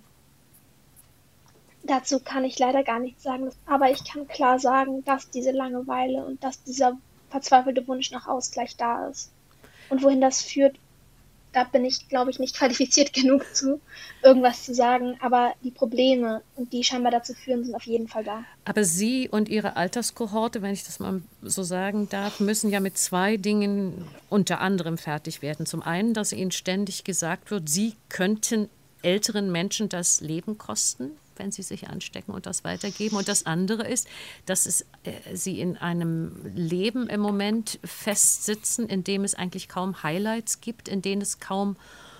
Dazu kann ich leider gar nichts sagen, aber ich kann klar sagen, dass diese Langeweile und dass dieser verzweifelte Wunsch nach Ausgleich da ist. Und wohin das führt, da bin ich, glaube ich, nicht qualifiziert genug zu, irgendwas zu sagen, aber die Probleme, die scheinbar dazu führen, sind auf jeden Fall da. Aber Sie und Ihre Alterskohorte, wenn ich das mal so sagen darf, müssen ja mit zwei Dingen unter anderem fertig werden. Zum einen, dass Ihnen ständig gesagt wird, Sie könnten älteren Menschen das Leben kosten, wenn sie sich anstecken und das weitergeben. Und das andere ist, dass es, äh, sie in einem Leben im Moment festsitzen, in dem es eigentlich kaum Highlights gibt, in denen es kaum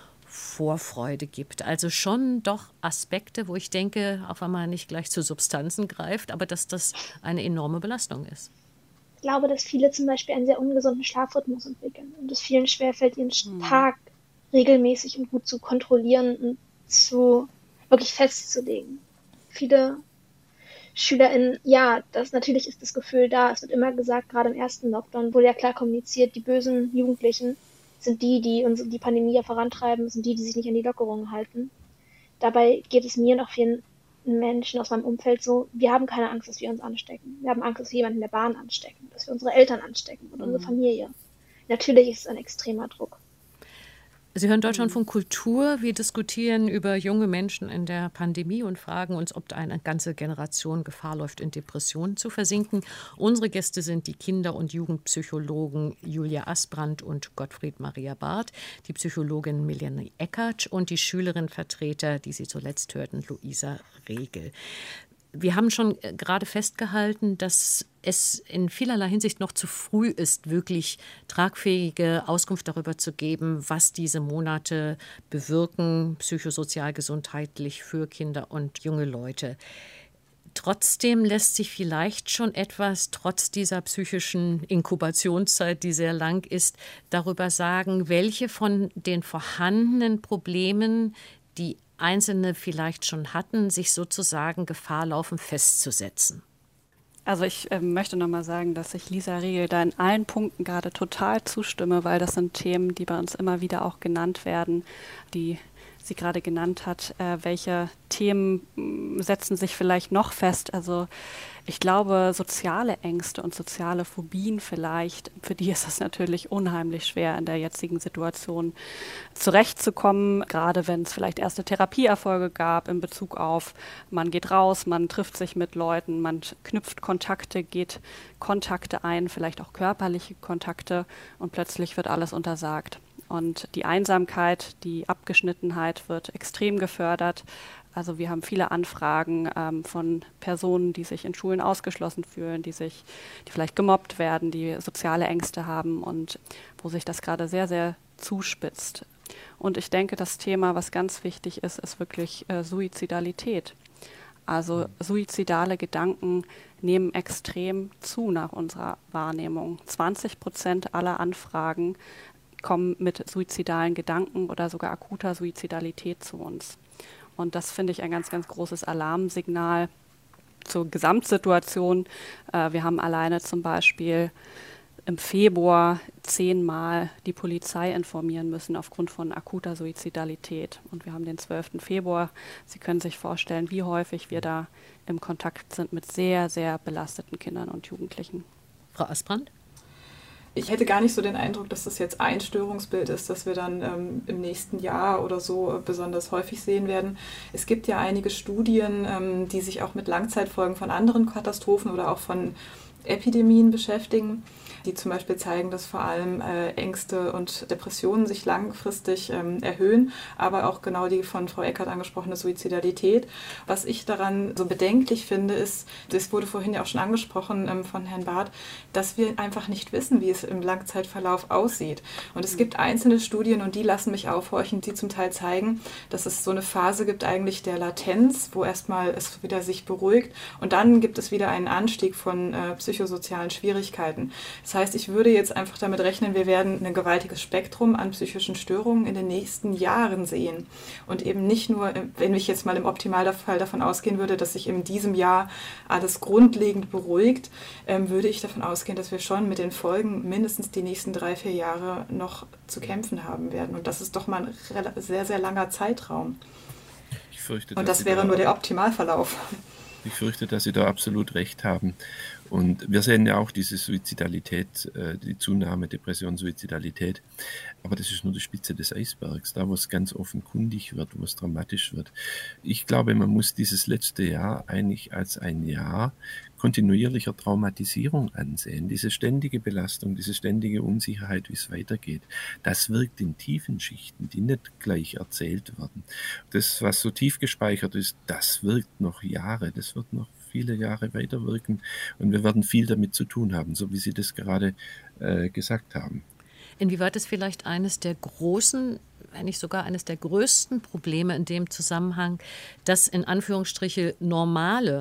Vorfreude gibt. Also schon doch Aspekte, wo ich denke, auch wenn man nicht gleich zu Substanzen greift, aber dass das eine enorme Belastung ist. Ich glaube, dass viele zum Beispiel einen sehr ungesunden Schlafrhythmus entwickeln und es vielen schwerfällt, ihren hm. Tag regelmäßig und gut zu kontrollieren und zu wirklich festzulegen. Viele SchülerInnen, ja, das natürlich ist das Gefühl da. Es wird immer gesagt, gerade im ersten Lockdown wurde ja klar kommuniziert, die bösen Jugendlichen sind die, die uns die Pandemie ja vorantreiben, sind die, die sich nicht an die Lockerungen halten. Dabei geht es mir und auch vielen Menschen aus meinem Umfeld so, wir haben keine Angst, dass wir uns anstecken. Wir haben Angst, dass wir jemanden in der Bahn anstecken, dass wir unsere Eltern anstecken und mhm. unsere Familie. Natürlich ist es ein extremer Druck. Sie hören Deutschlandfunk Kultur. Wir diskutieren über junge Menschen in der Pandemie und fragen uns, ob eine ganze Generation Gefahr läuft, in Depressionen zu versinken. Unsere Gäste sind die Kinder- und Jugendpsychologen Julia Asbrandt und Gottfried Maria Barth, die Psychologin Melanie Eckert und die Schülerinnenvertreter, die Sie zuletzt hörten, Luisa Regel. Wir haben schon gerade festgehalten, dass es in vielerlei Hinsicht noch zu früh ist, wirklich tragfähige Auskunft darüber zu geben, was diese Monate bewirken, psychosozial, gesundheitlich für Kinder und junge Leute. Trotzdem lässt sich vielleicht schon etwas, trotz dieser psychischen Inkubationszeit, die sehr lang ist, darüber sagen, welche von den vorhandenen Problemen, die Einzelne vielleicht schon hatten, sich sozusagen Gefahr laufen, festzusetzen. Also ich äh, möchte nochmal sagen, dass ich Lisa Regel da in allen Punkten gerade total zustimme, weil das sind Themen, die bei uns immer wieder auch genannt werden, die sie gerade genannt hat. Äh, welche Themen mh, setzen sich vielleicht noch fest? Also ich glaube, soziale Ängste und soziale Phobien vielleicht, für die ist es natürlich unheimlich schwer, in der jetzigen Situation zurechtzukommen, gerade wenn es vielleicht erste Therapieerfolge gab in Bezug auf, man geht raus, man trifft sich mit Leuten, man knüpft Kontakte, geht Kontakte ein, vielleicht auch körperliche Kontakte und plötzlich wird alles untersagt. Und die Einsamkeit, die Abgeschnittenheit wird extrem gefördert. Also wir haben viele Anfragen ähm, von Personen, die sich in Schulen ausgeschlossen fühlen, die sich, die vielleicht gemobbt werden, die soziale Ängste haben und wo sich das gerade sehr, sehr zuspitzt. Und ich denke, das Thema, was ganz wichtig ist, ist wirklich äh, Suizidalität. Also suizidale Gedanken nehmen extrem zu nach unserer Wahrnehmung. zwanzig Prozent aller Anfragen kommen mit suizidalen Gedanken oder sogar akuter Suizidalität zu uns. Und das finde ich ein ganz, ganz großes Alarmsignal zur Gesamtsituation. Äh, wir haben alleine zum Beispiel im Februar zehnmal die Polizei informieren müssen aufgrund von akuter Suizidalität. Und wir haben den zwölften Februar. Sie können sich vorstellen, wie häufig wir da im Kontakt sind mit sehr, sehr belasteten Kindern und Jugendlichen. Frau Asbrandt? Ich hätte gar nicht so den Eindruck, dass das jetzt ein Störungsbild ist, das wir dann ähm, im nächsten Jahr oder so äh, besonders häufig sehen werden. Es gibt ja einige Studien, ähm, die sich auch mit Langzeitfolgen von anderen Katastrophen oder auch von Epidemien beschäftigen. die zum Beispiel zeigen, dass vor allem äh, Ängste und Depressionen sich langfristig ähm, erhöhen, aber auch genau die von Frau Eckert angesprochene Suizidalität. Was ich daran so bedenklich finde, ist, das wurde vorhin ja auch schon angesprochen ähm, von Herrn Barth, dass wir einfach nicht wissen, wie es im Langzeitverlauf aussieht. Und es gibt einzelne Studien, und die lassen mich aufhorchen, die zum Teil zeigen, dass es so eine Phase gibt eigentlich der Latenz, wo erstmal es wieder sich beruhigt, und dann gibt es wieder einen Anstieg von äh, psychosozialen Schwierigkeiten. Das heißt, ich würde jetzt einfach damit rechnen, wir werden ein gewaltiges Spektrum an psychischen Störungen in den nächsten Jahren sehen. Und eben nicht nur, wenn ich jetzt mal im Optimalfall davon ausgehen würde, dass sich in diesem Jahr alles grundlegend beruhigt, ähm, würde ich davon ausgehen, dass wir schon mit den Folgen mindestens die nächsten drei, vier Jahre noch zu kämpfen haben werden. Und das ist doch mal ein sehr, sehr langer Zeitraum. Ich fürchte, Und das wäre nur der Optimalverlauf. Ich fürchte, dass Sie da absolut recht haben. Und wir sehen ja auch diese Suizidalität, die Zunahme, Depression, Suizidalität. Aber das ist nur die Spitze des Eisbergs, da wo es ganz offenkundig wird, wo es dramatisch wird. Ich glaube, man muss dieses letzte Jahr eigentlich als ein Jahr kontinuierlicher Traumatisierung ansehen. Diese ständige Belastung, diese ständige Unsicherheit, wie es weitergeht, das wirkt in tiefen Schichten, die nicht gleich erzählt werden. Das, was so tief gespeichert ist, das wirkt noch Jahre, das wird noch viele Jahre weiterwirken, und wir werden viel damit zu tun haben, so wie Sie das gerade äh, gesagt haben. Inwieweit ist vielleicht eines der großen, wenn nicht sogar eines der größten Probleme in dem Zusammenhang, dass in Anführungsstriche normale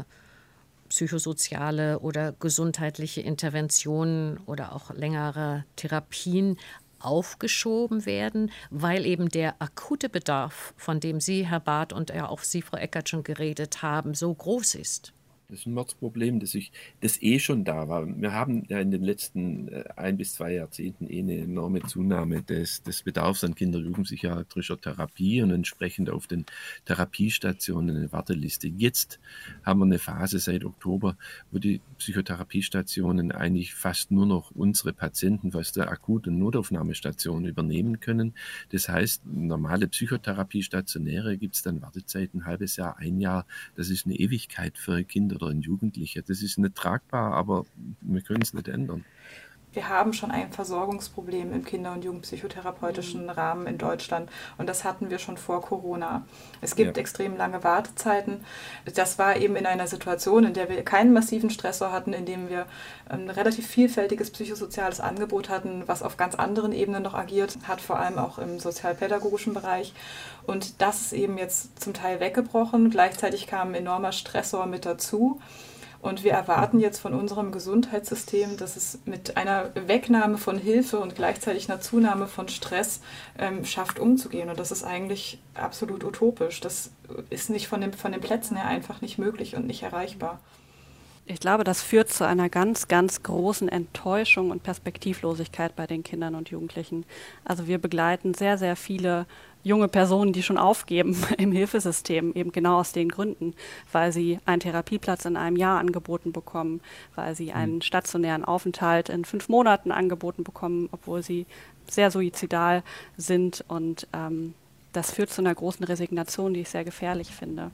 psychosoziale oder gesundheitliche Interventionen oder auch längere Therapien aufgeschoben werden, weil eben der akute Bedarf, von dem Sie, Herr Barth, und ja auch Sie, Frau Eckert, schon geredet haben, so groß ist? Das ist ein Mordsproblem, das, ich, das eh schon da war. Wir haben ja in den letzten ein bis zwei Jahrzehnten eh eine enorme Zunahme des, des Bedarfs an Kinder- und Jugendpsychiatrischer Therapie und entsprechend auf den Therapiestationen eine Warteliste. Jetzt haben wir eine Phase seit Oktober, wo die Psychotherapiestationen eigentlich fast nur noch unsere Patienten aus der Akut- und Notaufnahmestation übernehmen können. Das heißt, normale Psychotherapie, stationäre, gibt es dann Wartezeiten, ein halbes Jahr, ein Jahr. Das ist eine Ewigkeit für Kinder oder ein Jugendlicher. Das ist nicht tragbar, aber wir können es nicht ändern. Wir haben schon ein Versorgungsproblem im Kinder- und Jugendpsychotherapeutischen Rahmen in Deutschland, und das hatten wir schon vor Corona. Es gibt ja. extrem lange Wartezeiten. Das war eben in einer Situation, in der wir keinen massiven Stressor hatten, in dem wir ein relativ vielfältiges psychosoziales Angebot hatten, was auf ganz anderen Ebenen noch agiert hat, vor allem auch im sozialpädagogischen Bereich. Und das ist eben jetzt zum Teil weggebrochen. Gleichzeitig kam ein enormer Stressor mit dazu. Und wir erwarten jetzt von unserem Gesundheitssystem, dass es mit einer Wegnahme von Hilfe und gleichzeitig einer Zunahme von Stress ähm, schafft, umzugehen. Und das ist eigentlich absolut utopisch. Das ist nicht von den, von den Plätzen her einfach nicht möglich und nicht erreichbar. Ich glaube, das führt zu einer ganz, ganz großen Enttäuschung und Perspektivlosigkeit bei den Kindern und Jugendlichen. Also wir begleiten sehr, sehr viele junge Personen, die schon aufgeben im Hilfesystem, eben genau aus den Gründen, weil sie einen Therapieplatz in einem Jahr angeboten bekommen, weil sie einen stationären Aufenthalt in fünf Monaten angeboten bekommen, obwohl sie sehr suizidal sind. Und ähm, das führt zu einer großen Resignation, die ich sehr gefährlich finde.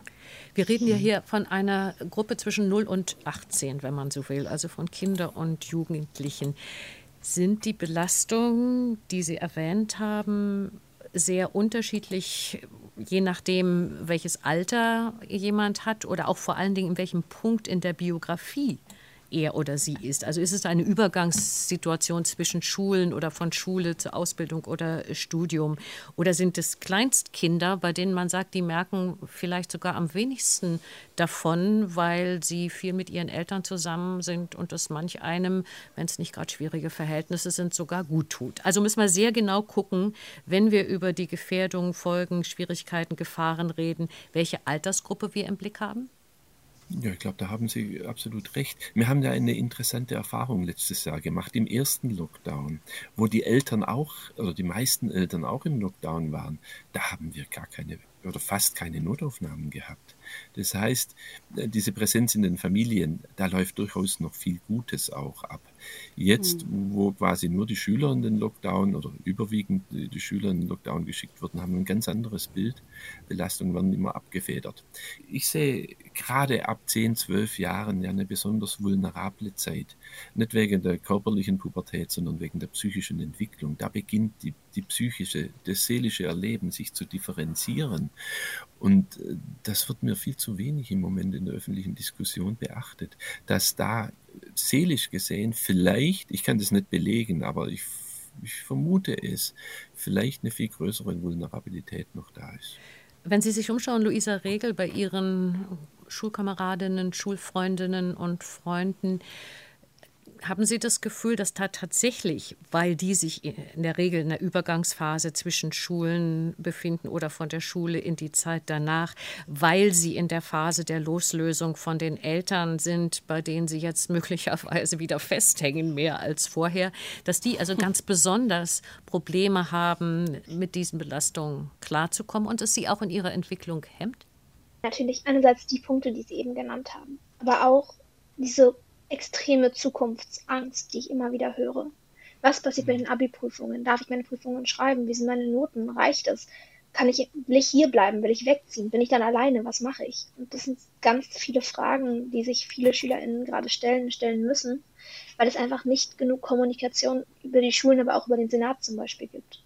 Wir reden ja hier von einer Gruppe zwischen null und achtzehn, wenn man so will, also von Kindern und Jugendlichen. Sind die Belastungen, die Sie erwähnt haben, sehr unterschiedlich, je nachdem, welches Alter jemand hat oder auch vor allen Dingen in welchem Punkt in der Biografie er oder sie ist? Also ist es eine Übergangssituation zwischen Schulen oder von Schule zur Ausbildung oder Studium? Oder sind es Kleinstkinder, bei denen man sagt, die merken vielleicht sogar am wenigsten davon, weil sie viel mit ihren Eltern zusammen sind und das manch einem, wenn es nicht gerade schwierige Verhältnisse sind, sogar gut tut? Also müssen wir sehr genau gucken, wenn wir über die Gefährdungen, Folgen, Schwierigkeiten, Gefahren reden, welche Altersgruppe wir im Blick haben? Ja, ich glaube, da haben Sie absolut recht. Wir haben ja eine interessante Erfahrung letztes Jahr gemacht, im ersten Lockdown, wo die Eltern auch, oder die meisten Eltern auch im Lockdown waren. Da haben wir gar keine oder fast keine Notaufnahmen gehabt. Das heißt, diese Präsenz in den Familien, da läuft durchaus noch viel Gutes auch ab. Jetzt, wo quasi nur die Schüler in den Lockdown oder überwiegend die Schüler in den Lockdown geschickt wurden, haben wir ein ganz anderes Bild. Belastungen werden immer abgefedert. Ich sehe gerade ab zehn, zwölf Jahren ja eine besonders vulnerable Zeit. Nicht wegen der körperlichen Pubertät, sondern wegen der psychischen Entwicklung. Da beginnt die, die psychische, das seelische Erleben sich zu differenzieren. Und das wird mir viel zu wenig im Moment in der öffentlichen Diskussion beachtet, dass da seelisch gesehen vielleicht, ich kann das nicht belegen, aber ich, ich vermute es, vielleicht eine viel größere Vulnerabilität noch da ist. Wenn Sie sich umschauen, Luisa Regel, bei Ihren Schulkameradinnen, Schulfreundinnen und Freunden, haben Sie das Gefühl, dass da tatsächlich, weil die sich in der Regel in der Übergangsphase zwischen Schulen befinden oder von der Schule in die Zeit danach, weil sie in der Phase der Loslösung von den Eltern sind, bei denen sie jetzt möglicherweise wieder festhängen, mehr als vorher, dass die also ganz besonders Probleme haben, mit diesen Belastungen klarzukommen und es sie auch in ihrer Entwicklung hemmt? Natürlich einerseits die Punkte, die Sie eben genannt haben, aber auch diese extreme Zukunftsangst, die ich immer wieder höre. Was passiert mit den Abi-Prüfungen? Darf ich meine Prüfungen schreiben? Wie sind meine Noten? Reicht es? Kann ich, will ich hier bleiben? Will ich wegziehen? Bin ich dann alleine? Was mache ich? Und das sind ganz viele Fragen, die sich viele SchülerInnen gerade stellen, stellen müssen, weil es einfach nicht genug Kommunikation über die Schulen, aber auch über den Senat zum Beispiel gibt.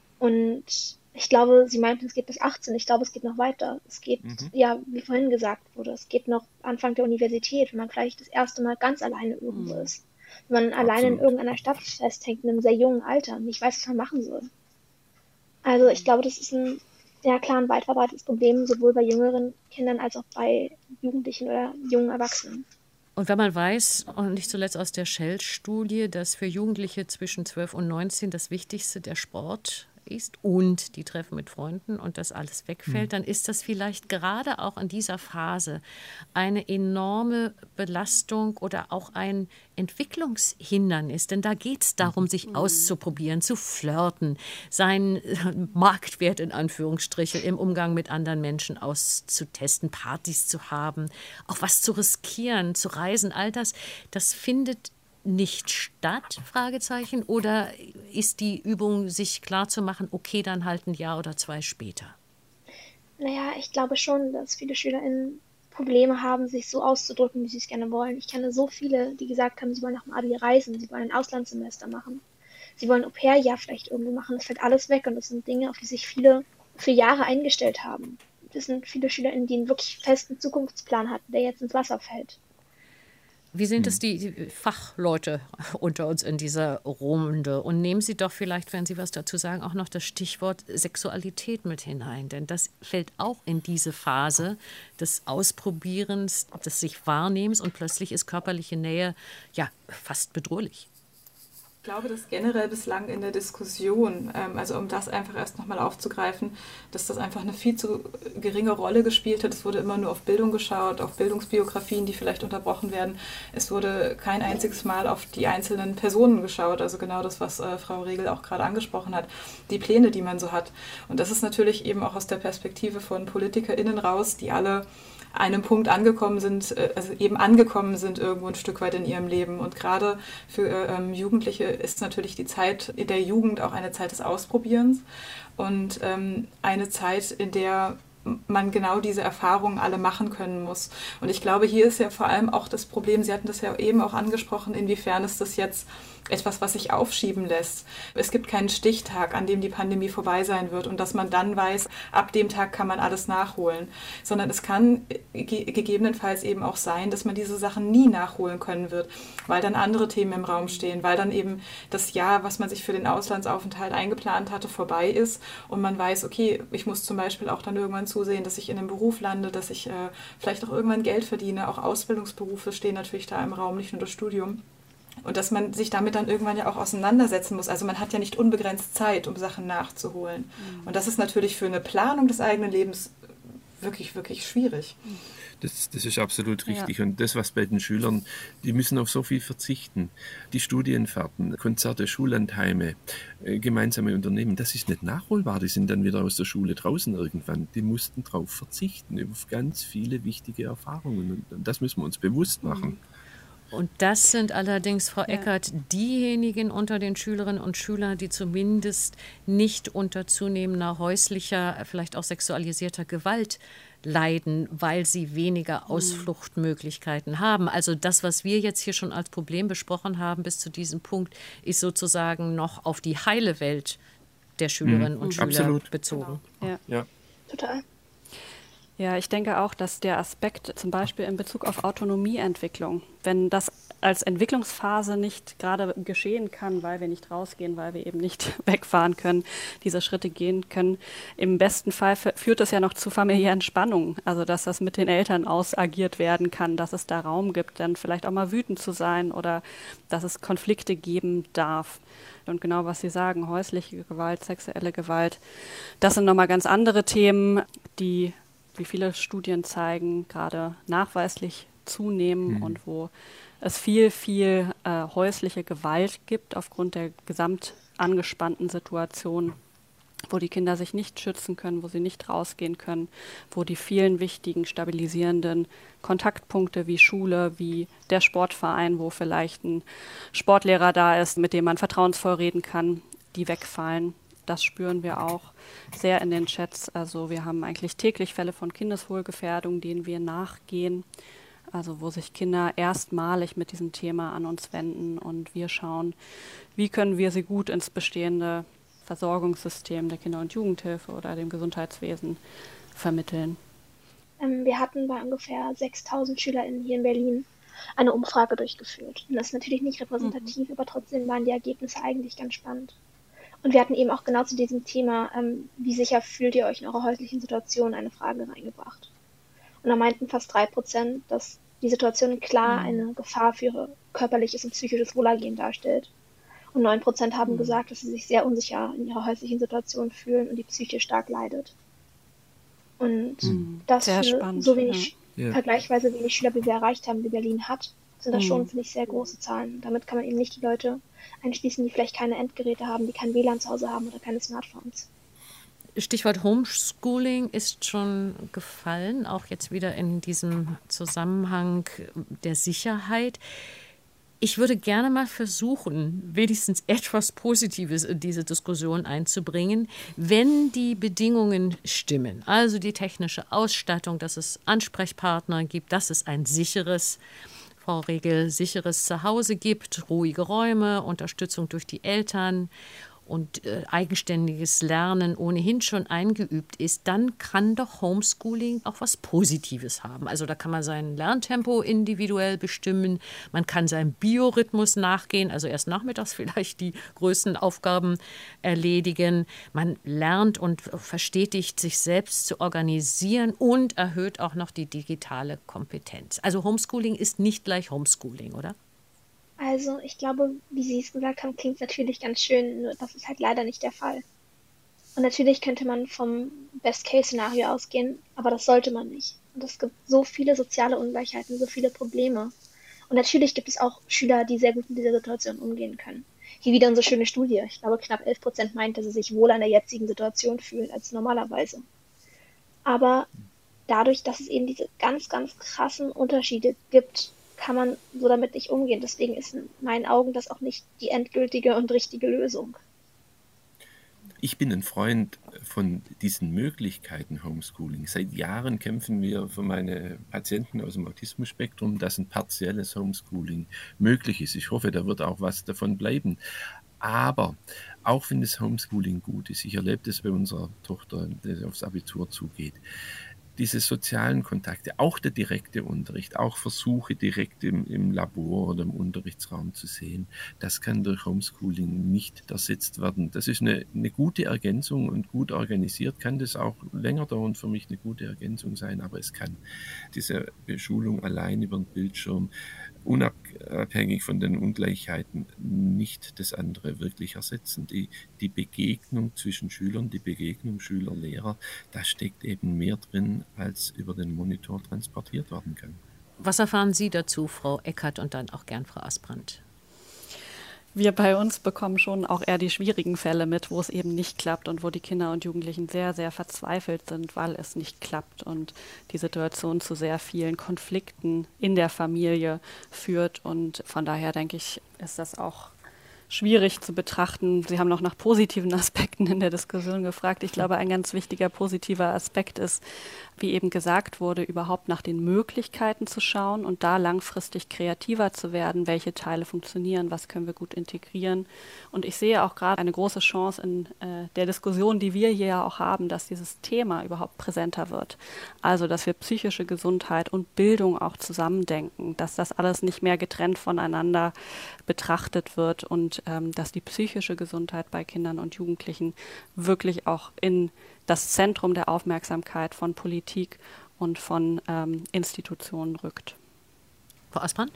Und ich glaube, Sie meinten, es geht bis achtzehn. Ich glaube, es geht noch weiter. Es geht, mhm. ja, wie vorhin gesagt wurde, es geht noch Anfang der Universität, wenn man vielleicht das erste Mal ganz alleine irgendwo mhm. ist. Wenn man Absolut. alleine in irgendeiner Stadt festhängt, in einem sehr jungen Alter, nicht weiß, was man machen soll. Also ich glaube, das ist ein, ja klar, ein weit verbreitetes Problem, sowohl bei jüngeren Kindern als auch bei Jugendlichen oder jungen Erwachsenen. Und wenn man weiß, und nicht zuletzt aus der Shell-Studie, dass für Jugendliche zwischen zwölf und neunzehn das Wichtigste der Sport ist und die Treffen mit Freunden und das alles wegfällt, dann ist das vielleicht gerade auch in dieser Phase eine enorme Belastung oder auch ein Entwicklungshindernis. Denn da geht es darum, sich auszuprobieren, zu flirten, seinen Marktwert in Anführungsstrichen im Umgang mit anderen Menschen auszutesten, Partys zu haben, auch was zu riskieren, zu reisen, all das, das findet nicht statt, Fragezeichen, oder ist die Übung, sich klarzumachen, okay, dann halt ein Jahr oder zwei später? Naja, ich glaube schon, dass viele SchülerInnen Probleme haben, sich so auszudrücken, wie sie es gerne wollen. Ich kenne so viele, die gesagt haben, sie wollen nach dem Abi reisen, sie wollen ein Auslandssemester machen, sie wollen Au-pair-Jahr vielleicht irgendwo machen. Das fällt alles weg und das sind Dinge, auf die sich viele für Jahre eingestellt haben. Das sind viele SchülerInnen, die einen wirklich festen Zukunftsplan hatten, der jetzt ins Wasser fällt. Wie sind es die Fachleute unter uns in dieser Runde? Und nehmen Sie doch vielleicht, wenn Sie was dazu sagen, auch noch das Stichwort Sexualität mit hinein. Denn das fällt auch in diese Phase des Ausprobierens, des sich Wahrnehmens und plötzlich ist körperliche Nähe ja fast bedrohlich. Ich glaube, dass generell bislang in der Diskussion, ähm, also um das einfach erst nochmal aufzugreifen, dass das einfach eine viel zu geringe Rolle gespielt hat. Es wurde immer nur auf Bildung geschaut, auf Bildungsbiografien, die vielleicht unterbrochen werden. Es wurde kein einziges Mal auf die einzelnen Personen geschaut, also genau das, was äh, Frau Regel auch gerade angesprochen hat, die Pläne, die man so hat. Und das ist natürlich eben auch aus der Perspektive von PolitikerInnen raus, die alle einem Punkt angekommen sind, also eben angekommen sind irgendwo ein Stück weit in ihrem Leben. Und gerade für ähm, Jugendliche ist natürlich die Zeit in der Jugend auch eine Zeit des Ausprobierens und ähm, eine Zeit, in der man genau diese Erfahrungen alle machen können muss. Und ich glaube, hier ist ja vor allem auch das Problem, Sie hatten das ja eben auch angesprochen, inwiefern ist das jetzt etwas, was sich aufschieben lässt. Es gibt keinen Stichtag, an dem die Pandemie vorbei sein wird und dass man dann weiß, ab dem Tag kann man alles nachholen. Sondern es kann ge- gegebenenfalls eben auch sein, dass man diese Sachen nie nachholen können wird, weil dann andere Themen im Raum stehen, weil dann eben das Jahr, was man sich für den Auslandsaufenthalt eingeplant hatte, vorbei ist und man weiß, okay, ich muss zum Beispiel auch dann irgendwann zusehen, dass ich in einem Beruf lande, dass ich äh, vielleicht auch irgendwann Geld verdiene. Auch Ausbildungsberufe stehen natürlich da im Raum, nicht nur das Studium. Und dass man sich damit dann irgendwann ja auch auseinandersetzen muss. Also man hat ja nicht unbegrenzt Zeit, um Sachen nachzuholen. Mhm. Und das ist natürlich für eine Planung des eigenen Lebens wirklich, wirklich schwierig. Das, das ist absolut richtig. Ja. Und das, was bei den Schülern, die müssen auf so viel verzichten. Die Studienfahrten, Konzerte, Schullandheime, äh, gemeinsame Unternehmen, das ist nicht nachholbar. Die sind dann wieder aus der Schule draußen irgendwann. Die mussten darauf verzichten, auf ganz viele wichtige Erfahrungen. Und das müssen wir uns bewusst machen. Und das sind allerdings, Frau ja. Eckert, diejenigen unter den Schülerinnen und Schülern, die zumindest nicht unter zunehmender häuslicher, vielleicht auch sexualisierter Gewalt leiden, weil sie weniger Ausfluchtmöglichkeiten haben. Also das, was wir jetzt hier schon als Problem besprochen haben bis zu diesem Punkt, ist sozusagen noch auf die heile Welt der Schülerinnen mhm. und Schüler Absolut. bezogen. Genau. Ja. ja, total. Ja, ich denke auch, dass der Aspekt zum Beispiel in Bezug auf Autonomieentwicklung, wenn das als Entwicklungsphase nicht gerade geschehen kann, weil wir nicht rausgehen, weil wir eben nicht wegfahren können, diese Schritte gehen können, im besten Fall führt es ja noch zu familiären Spannungen, also dass das mit den Eltern ausagiert werden kann, dass es da Raum gibt, dann vielleicht auch mal wütend zu sein oder dass es Konflikte geben darf. Und genau, was Sie sagen, häusliche Gewalt, sexuelle Gewalt, das sind nochmal ganz andere Themen, die, wie viele Studien zeigen, gerade nachweislich zunehmen mhm. und wo es viel, viel äh, häusliche Gewalt gibt aufgrund der gesamt angespannten Situation, wo die Kinder sich nicht schützen können, wo sie nicht rausgehen können, wo die vielen wichtigen stabilisierenden Kontaktpunkte wie Schule, wie der Sportverein, wo vielleicht ein Sportlehrer da ist, mit dem man vertrauensvoll reden kann, die wegfallen. Das spüren wir auch sehr in den Chats. Also wir haben eigentlich täglich Fälle von Kindeswohlgefährdung, denen wir nachgehen. Also wo sich Kinder erstmalig mit diesem Thema an uns wenden und wir schauen, wie können wir sie gut ins bestehende Versorgungssystem der Kinder- und Jugendhilfe oder dem Gesundheitswesen vermitteln. Ähm, wir hatten bei ungefähr sechstausend SchülerInnen hier in Berlin eine Umfrage durchgeführt. Und das ist natürlich nicht repräsentativ, mhm. aber trotzdem waren die Ergebnisse eigentlich ganz spannend. Und wir hatten eben auch genau zu diesem Thema, ähm, wie sicher fühlt ihr euch in eurer häuslichen Situation, eine Frage reingebracht. Und da meinten fast drei Prozent, dass die Situation klar mhm. eine Gefahr für ihr körperliches und psychisches Wohlergehen darstellt. Und neun Prozent haben mhm. gesagt, dass sie sich sehr unsicher in ihrer häuslichen Situation fühlen und die Psyche stark leidet. Und mhm. das sehr für spannend, so wenig, ja. vergleichsweise wenig Schüler, wie wir erreicht haben, wie Berlin hat, sind das mhm. schon, finde ich, sehr große Zahlen. Damit kann man eben nicht die Leute einschließen, die vielleicht keine Endgeräte haben, die kein W L A N zu Hause haben oder keine Smartphones. Stichwort Homeschooling ist schon gefallen, auch jetzt wieder in diesem Zusammenhang der Sicherheit. Ich würde gerne mal versuchen, wenigstens etwas Positives in diese Diskussion einzubringen, wenn die Bedingungen stimmen. Also die technische Ausstattung, dass es Ansprechpartner gibt, dass es ein sicheres, Frau Regel, sicheres Zuhause gibt, ruhige Räume, Unterstützung durch die Eltern und äh, eigenständiges Lernen ohnehin schon eingeübt ist, dann kann doch Homeschooling auch was Positives haben. Also da kann man sein Lerntempo individuell bestimmen, man kann seinem Biorhythmus nachgehen, also erst nachmittags vielleicht die größten Aufgaben erledigen. Man lernt und verstetigt, sich selbst zu organisieren und erhöht auch noch die digitale Kompetenz. Also Homeschooling ist nicht gleich Homeschooling, oder? Also ich glaube, wie Sie es gesagt haben, klingt es natürlich ganz schön, nur das ist halt leider nicht der Fall. Und natürlich könnte man vom Best-Case-Szenario ausgehen, aber das sollte man nicht. Und es gibt so viele soziale Ungleichheiten, so viele Probleme. Und natürlich gibt es auch Schüler, die sehr gut mit dieser Situation umgehen können. Hier wieder unsere schöne Studie. Ich glaube, knapp elf Prozent meint, dass sie sich wohler in der jetzigen Situation fühlen als normalerweise. Aber dadurch, dass es eben diese ganz, ganz krassen Unterschiede gibt, kann man so damit nicht umgehen. Deswegen ist in meinen Augen das auch nicht die endgültige und richtige Lösung. Ich bin ein Freund von diesen Möglichkeiten Homeschooling. Seit Jahren kämpfen wir für meine Patienten aus dem Autismus-Spektrum, dass ein partielles Homeschooling möglich ist. Ich hoffe, da wird auch was davon bleiben. Aber auch wenn das Homeschooling gut ist, ich erlebe das bei unserer Tochter, die aufs Abitur zugeht, diese sozialen Kontakte, auch der direkte Unterricht, auch Versuche direkt im, im Labor oder im Unterrichtsraum zu sehen, das kann durch Homeschooling nicht ersetzt werden. Das ist eine, eine gute Ergänzung und gut organisiert, kann das auch länger dauern für mich eine gute Ergänzung sein, aber es kann diese Beschulung allein über den Bildschirm unabhängig von den Ungleichheiten nicht das andere wirklich ersetzen. Die, die Begegnung zwischen Schülern, die Begegnung Schüler-Lehrer, da steckt eben mehr drin, als über den Monitor transportiert werden kann. Was erfahren Sie dazu, Frau Eckert, und dann auch gern Frau Asbrandt? Wir bei uns bekommen schon auch eher die schwierigen Fälle mit, wo es eben nicht klappt und wo die Kinder und Jugendlichen sehr, sehr verzweifelt sind, weil es nicht klappt und die Situation zu sehr vielen Konflikten in der Familie führt. Und von daher denke ich, ist das auch schwierig zu betrachten. Sie haben noch nach positiven Aspekten in der Diskussion gefragt. Ich glaube, ein ganz wichtiger positiver Aspekt ist, wie eben gesagt wurde, überhaupt nach den Möglichkeiten zu schauen und da langfristig kreativer zu werden, welche Teile funktionieren, was können wir gut integrieren. Und ich sehe auch gerade eine große Chance in äh, der Diskussion, die wir hier ja auch haben, dass dieses Thema überhaupt präsenter wird. Also, dass wir psychische Gesundheit und Bildung auch zusammendenken, dass das alles nicht mehr getrennt voneinander betrachtet wird und ähm, dass die psychische Gesundheit bei Kindern und Jugendlichen wirklich auch in das Zentrum der Aufmerksamkeit von Politik und von ähm, Institutionen rückt. Frau Asbrandt?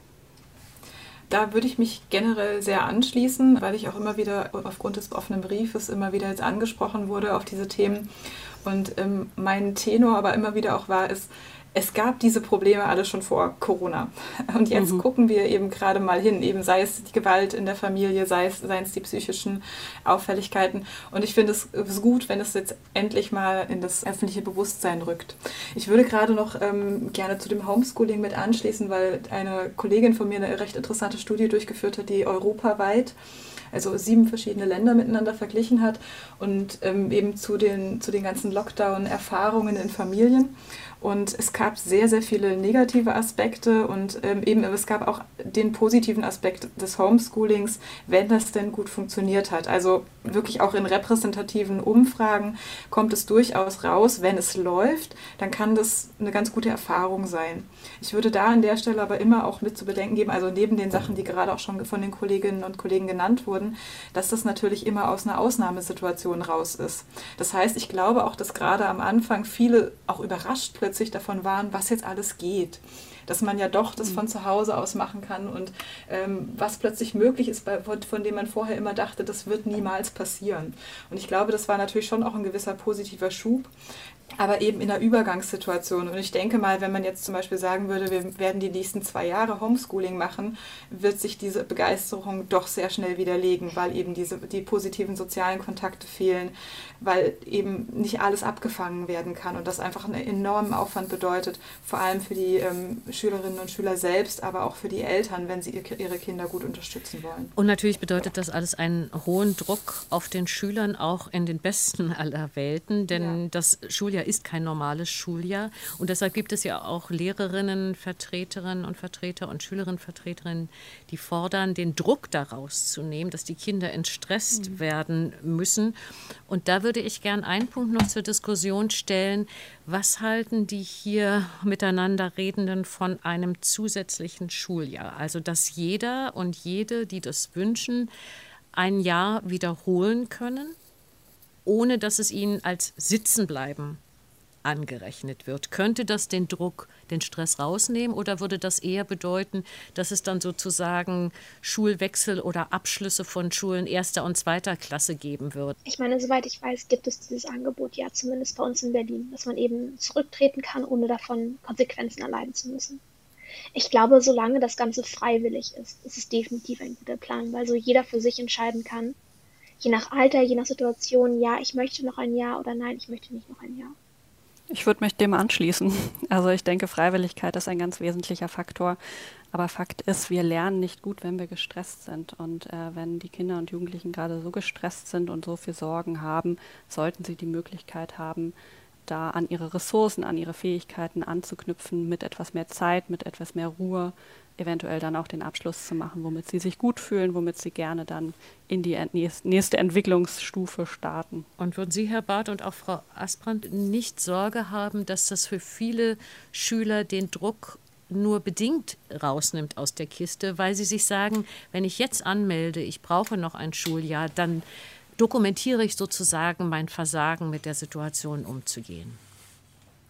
Da würde ich mich generell sehr anschließen, weil ich auch immer wieder aufgrund des offenen Briefes immer wieder jetzt angesprochen wurde auf diese Themen. Und ähm, mein Tenor aber immer wieder auch war, ist, es gab diese Probleme alle schon vor Corona. Und jetzt mhm. gucken wir eben gerade mal hin, eben sei es die Gewalt in der Familie, sei es, seien es die psychischen Auffälligkeiten. Und ich finde es ist gut, wenn es jetzt endlich mal in das öffentliche Bewusstsein rückt. Ich würde gerade noch ähm, gerne zu dem Homeschooling mit anschließen, weil eine Kollegin von mir eine recht interessante Studie durchgeführt hat, die europaweit also sieben verschiedene Länder miteinander verglichen hat und ähm, eben zu den, zu den ganzen Lockdown-Erfahrungen in Familien. Und es gab sehr, sehr viele negative Aspekte und ähm, eben es gab auch den positiven Aspekt des Homeschoolings, wenn das denn gut funktioniert hat. Also wirklich auch in repräsentativen Umfragen kommt es durchaus raus, wenn es läuft, dann kann das eine ganz gute Erfahrung sein. Ich würde da an der Stelle aber immer auch mit zu bedenken geben, also neben den Sachen, die gerade auch schon von den Kolleginnen und Kollegen genannt wurden, dass das natürlich immer aus einer Ausnahmesituation raus ist. Das heißt, ich glaube auch, dass gerade am Anfang viele auch überrascht plötzlich davon waren, was jetzt alles geht. Dass man ja doch das von zu Hause aus machen kann und ähm, was plötzlich möglich ist, bei, von dem man vorher immer dachte, das wird niemals passieren. Und ich glaube, das war natürlich schon auch ein gewisser positiver Schub, aber eben in einer Übergangssituation. Und ich denke mal, wenn man jetzt zum Beispiel sagen würde, wir werden die nächsten zwei Jahre Homeschooling machen, wird sich diese Begeisterung doch sehr schnell widerlegen, weil eben diese, die positiven sozialen Kontakte fehlen, weil eben nicht alles abgefangen werden kann und das einfach einen enormen Aufwand bedeutet, vor allem für die ähm, Schülerinnen und Schüler selbst, aber auch für die Eltern, wenn sie ihre Kinder gut unterstützen wollen. Und natürlich bedeutet das alles einen hohen Druck auf den Schülern, auch in den besten aller Welten, denn ja. das Schuljahr ist kein normales Schuljahr und deshalb gibt es ja auch Lehrerinnen, Vertreterinnen und Vertreter und Schülerinnen, die fordern, den Druck daraus zu nehmen, dass die Kinder entstresst mhm. werden müssen. Und da würde ich gern einen Punkt noch zur Diskussion stellen. Was halten die hier miteinander Redenden von einem zusätzlichen Schuljahr? Also, dass jeder und jede, die das wünschen, ein Jahr wiederholen können, ohne dass es ihnen als Sitzenbleiben angerechnet wird. Könnte das den Druck, den Stress rausnehmen oder würde das eher bedeuten, dass es dann sozusagen Schulwechsel oder Abschlüsse von Schulen erster und zweiter Klasse geben wird? Ich meine, soweit ich weiß, gibt es dieses Angebot ja zumindest bei uns in Berlin, dass man eben zurücktreten kann, ohne davon Konsequenzen erleiden zu müssen. Ich glaube, solange das Ganze freiwillig ist, ist es definitiv ein guter Plan, weil so jeder für sich entscheiden kann, je nach Alter, je nach Situation, ja, ich möchte noch ein Jahr oder nein, ich möchte nicht noch ein Jahr. Ich würde mich dem anschließen. Also ich denke, Freiwilligkeit ist ein ganz wesentlicher Faktor. Aber Fakt ist, wir lernen nicht gut, wenn wir gestresst sind. Und äh, wenn die Kinder und Jugendlichen gerade so gestresst sind und so viel Sorgen haben, sollten sie die Möglichkeit haben, da an ihre Ressourcen, an ihre Fähigkeiten anzuknüpfen, mit etwas mehr Zeit, mit etwas mehr Ruhe, eventuell dann auch den Abschluss zu machen, womit sie sich gut fühlen, womit sie gerne dann in die nächste Entwicklungsstufe starten. Und würden Sie, Herr Barth und auch Frau Asbrandt, nicht Sorge haben, dass das für viele Schüler den Druck nur bedingt rausnimmt aus der Kiste, weil sie sich sagen, wenn ich jetzt anmelde, ich brauche noch ein Schuljahr, dann dokumentiere ich sozusagen mein Versagen, mit der Situation umzugehen?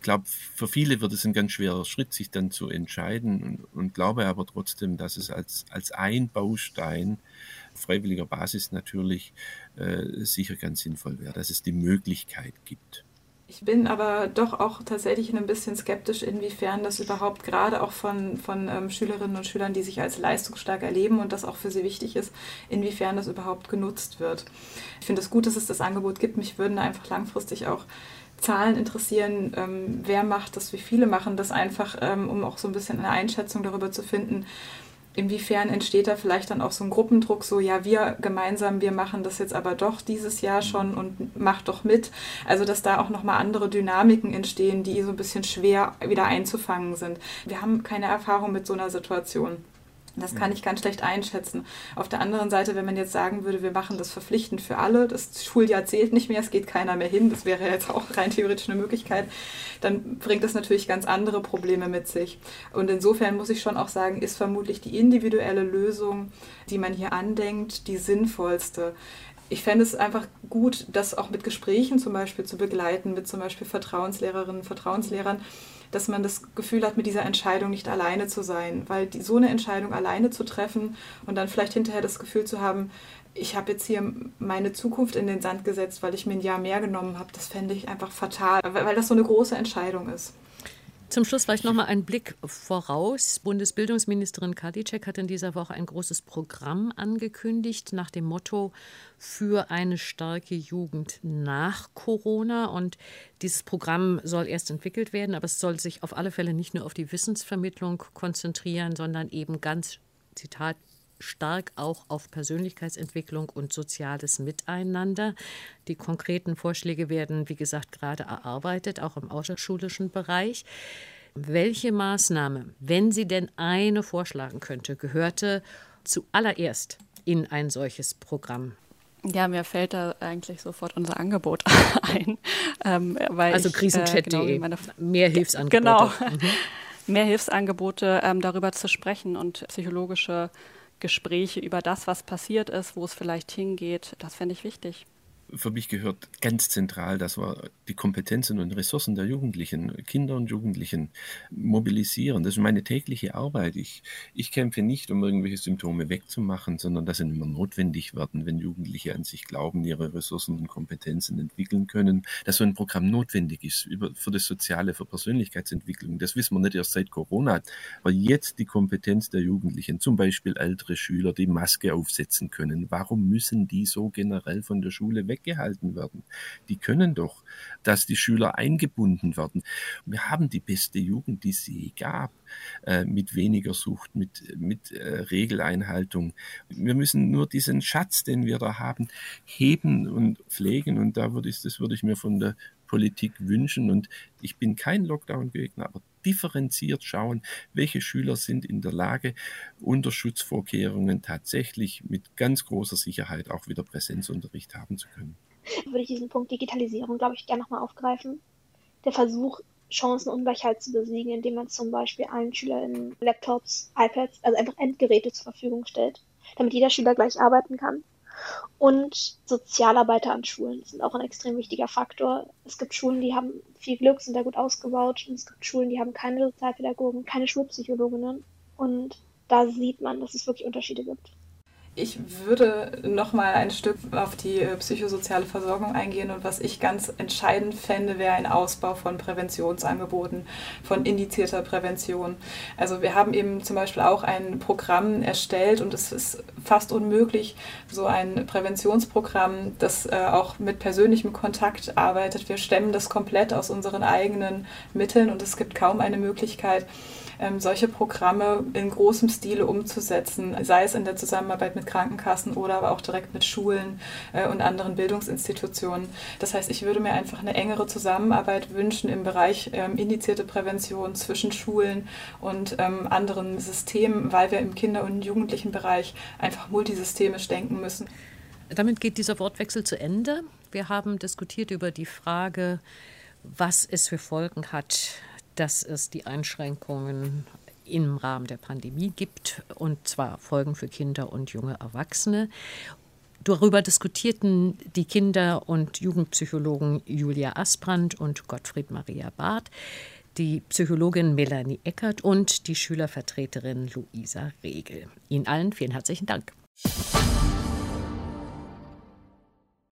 Ich glaube, für viele wird es ein ganz schwerer Schritt, sich dann zu entscheiden und, und glaube aber trotzdem, dass es als, als ein Baustein auf freiwilliger Basis natürlich äh, sicher ganz sinnvoll wäre, dass es die Möglichkeit gibt. Ich bin aber doch auch tatsächlich ein bisschen skeptisch, inwiefern das überhaupt gerade auch von, von ähm, Schülerinnen und Schülern, die sich als leistungsstark erleben und das auch für sie wichtig ist, inwiefern das überhaupt genutzt wird. Ich finde es gut, dass es das Angebot gibt. Mich würden da einfach langfristig auch Zahlen interessieren, ähm, wer macht das, wie viele machen das einfach, ähm, um auch so ein bisschen eine Einschätzung darüber zu finden, inwiefern entsteht da vielleicht dann auch so ein Gruppendruck, so ja, wir gemeinsam, wir machen das jetzt aber doch dieses Jahr schon und macht doch mit. Also dass da auch nochmal andere Dynamiken entstehen, die so ein bisschen schwer wieder einzufangen sind. Wir haben keine Erfahrung mit so einer Situation. Das kann ich ganz schlecht einschätzen. Auf der anderen Seite, wenn man jetzt sagen würde, wir machen das verpflichtend für alle, das Schuljahr zählt nicht mehr, es geht keiner mehr hin, das wäre jetzt auch rein theoretisch eine Möglichkeit, dann bringt das natürlich ganz andere Probleme mit sich. Und insofern muss ich schon auch sagen, ist vermutlich die individuelle Lösung, die man hier andenkt, die sinnvollste. Ich fände es einfach gut, das auch mit Gesprächen zum Beispiel zu begleiten, mit zum Beispiel Vertrauenslehrerinnen, Vertrauenslehrern, dass man das Gefühl hat, mit dieser Entscheidung nicht alleine zu sein. Weil die, so eine Entscheidung alleine zu treffen und dann vielleicht hinterher das Gefühl zu haben, ich habe jetzt hier meine Zukunft in den Sand gesetzt, weil ich mir ein Jahr mehr genommen habe, das fände ich einfach fatal, weil das so eine große Entscheidung ist. Zum Schluss vielleicht noch mal ein Blick voraus. Bundesbildungsministerin Karliczek hat in dieser Woche ein großes Programm angekündigt nach dem Motto für eine starke Jugend nach Corona. Und dieses Programm soll erst entwickelt werden, aber es soll sich auf alle Fälle nicht nur auf die Wissensvermittlung konzentrieren, sondern eben ganz, Zitat, stark auch auf Persönlichkeitsentwicklung und soziales Miteinander. Die konkreten Vorschläge werden, wie gesagt, gerade erarbeitet, auch im außerschulischen Bereich. Welche Maßnahme, wenn sie denn eine vorschlagen könnte, gehörte zuallererst in ein solches Programm? Ja, mir fällt da eigentlich sofort unser Angebot ein. Ähm, weil also krisenchat punkt de, äh, genau, mehr Hilfsangebote. Genau, mhm. mehr Hilfsangebote, ähm, darüber zu sprechen und psychologische Gespräche über das, was passiert ist, wo es vielleicht hingeht, das fände ich wichtig. Für mich gehört ganz zentral, dass wir die Kompetenzen und Ressourcen der Jugendlichen, Kinder und Jugendlichen mobilisieren. Das ist meine tägliche Arbeit. Ich, ich kämpfe nicht, um irgendwelche Symptome wegzumachen, sondern dass sie nicht mehr notwendig werden, wenn Jugendliche an sich glauben, ihre Ressourcen und Kompetenzen entwickeln können, dass so ein Programm notwendig ist über, für das Soziale, für Persönlichkeitsentwicklung. Das wissen wir nicht erst seit Corona. Aber jetzt die Kompetenz der Jugendlichen, zum Beispiel ältere Schüler, die Maske aufsetzen können. Warum müssen die so generell von der Schule weg gehalten werden? Die können doch, dass die Schüler eingebunden werden. Wir haben die beste Jugend, die es je gab, äh, mit weniger Sucht, mit, mit äh, Regeleinhaltung. Wir müssen nur diesen Schatz, den wir da haben, heben und pflegen, und da würde ich, das würde ich mir von der Politik wünschen, und ich bin kein Lockdown-Gegner, aber differenziert schauen, welche Schüler sind in der Lage, unter Schutzvorkehrungen tatsächlich mit ganz großer Sicherheit auch wieder Präsenzunterricht haben zu können. Würde ich diesen Punkt Digitalisierung, glaube ich, gerne nochmal aufgreifen. Der Versuch, Chancenungleichheit zu besiegen, indem man zum Beispiel allen SchülerInnen Laptops, iPads, also einfach Endgeräte zur Verfügung stellt, damit jeder Schüler gleich arbeiten kann. Und Sozialarbeiter an Schulen sind auch ein extrem wichtiger Faktor. Es gibt Schulen, die haben viel Glück, sind da gut ausgebaut, und es gibt Schulen, die haben keine Sozialpädagogen, keine Schulpsychologinnen, und da sieht man, dass es wirklich Unterschiede gibt. Ich würde noch mal ein Stück auf die psychosoziale Versorgung eingehen, und was ich ganz entscheidend fände, wäre ein Ausbau von Präventionsangeboten, von indizierter Prävention. Also wir haben eben zum Beispiel auch ein Programm erstellt, und es ist fast unmöglich, so ein Präventionsprogramm, das äh, auch mit persönlichem Kontakt arbeitet. Wir stemmen das komplett aus unseren eigenen Mitteln, und es gibt kaum eine Möglichkeit, ähm, solche Programme in großem Stile umzusetzen, sei es in der Zusammenarbeit mit Krankenkassen oder aber auch direkt mit Schulen äh, und anderen Bildungsinstitutionen. Das heißt, ich würde mir einfach eine engere Zusammenarbeit wünschen im Bereich ähm, indizierte Prävention zwischen Schulen und ähm, anderen Systemen, weil wir im Kinder- und Jugendlichenbereich einfach multisystemisch denken müssen. Damit geht dieser Wortwechsel zu Ende. Wir haben diskutiert über die Frage, was es für Folgen hat, dass es die Einschränkungen im Rahmen der Pandemie gibt, und zwar Folgen für Kinder und junge Erwachsene. Darüber diskutierten die Kinder- und Jugendpsychologen Julia Asbrand und Gottfried Maria Barth, die Psychologin Melanie Eckert und die Schülervertreterin Luisa Regel. Ihnen allen vielen herzlichen Dank.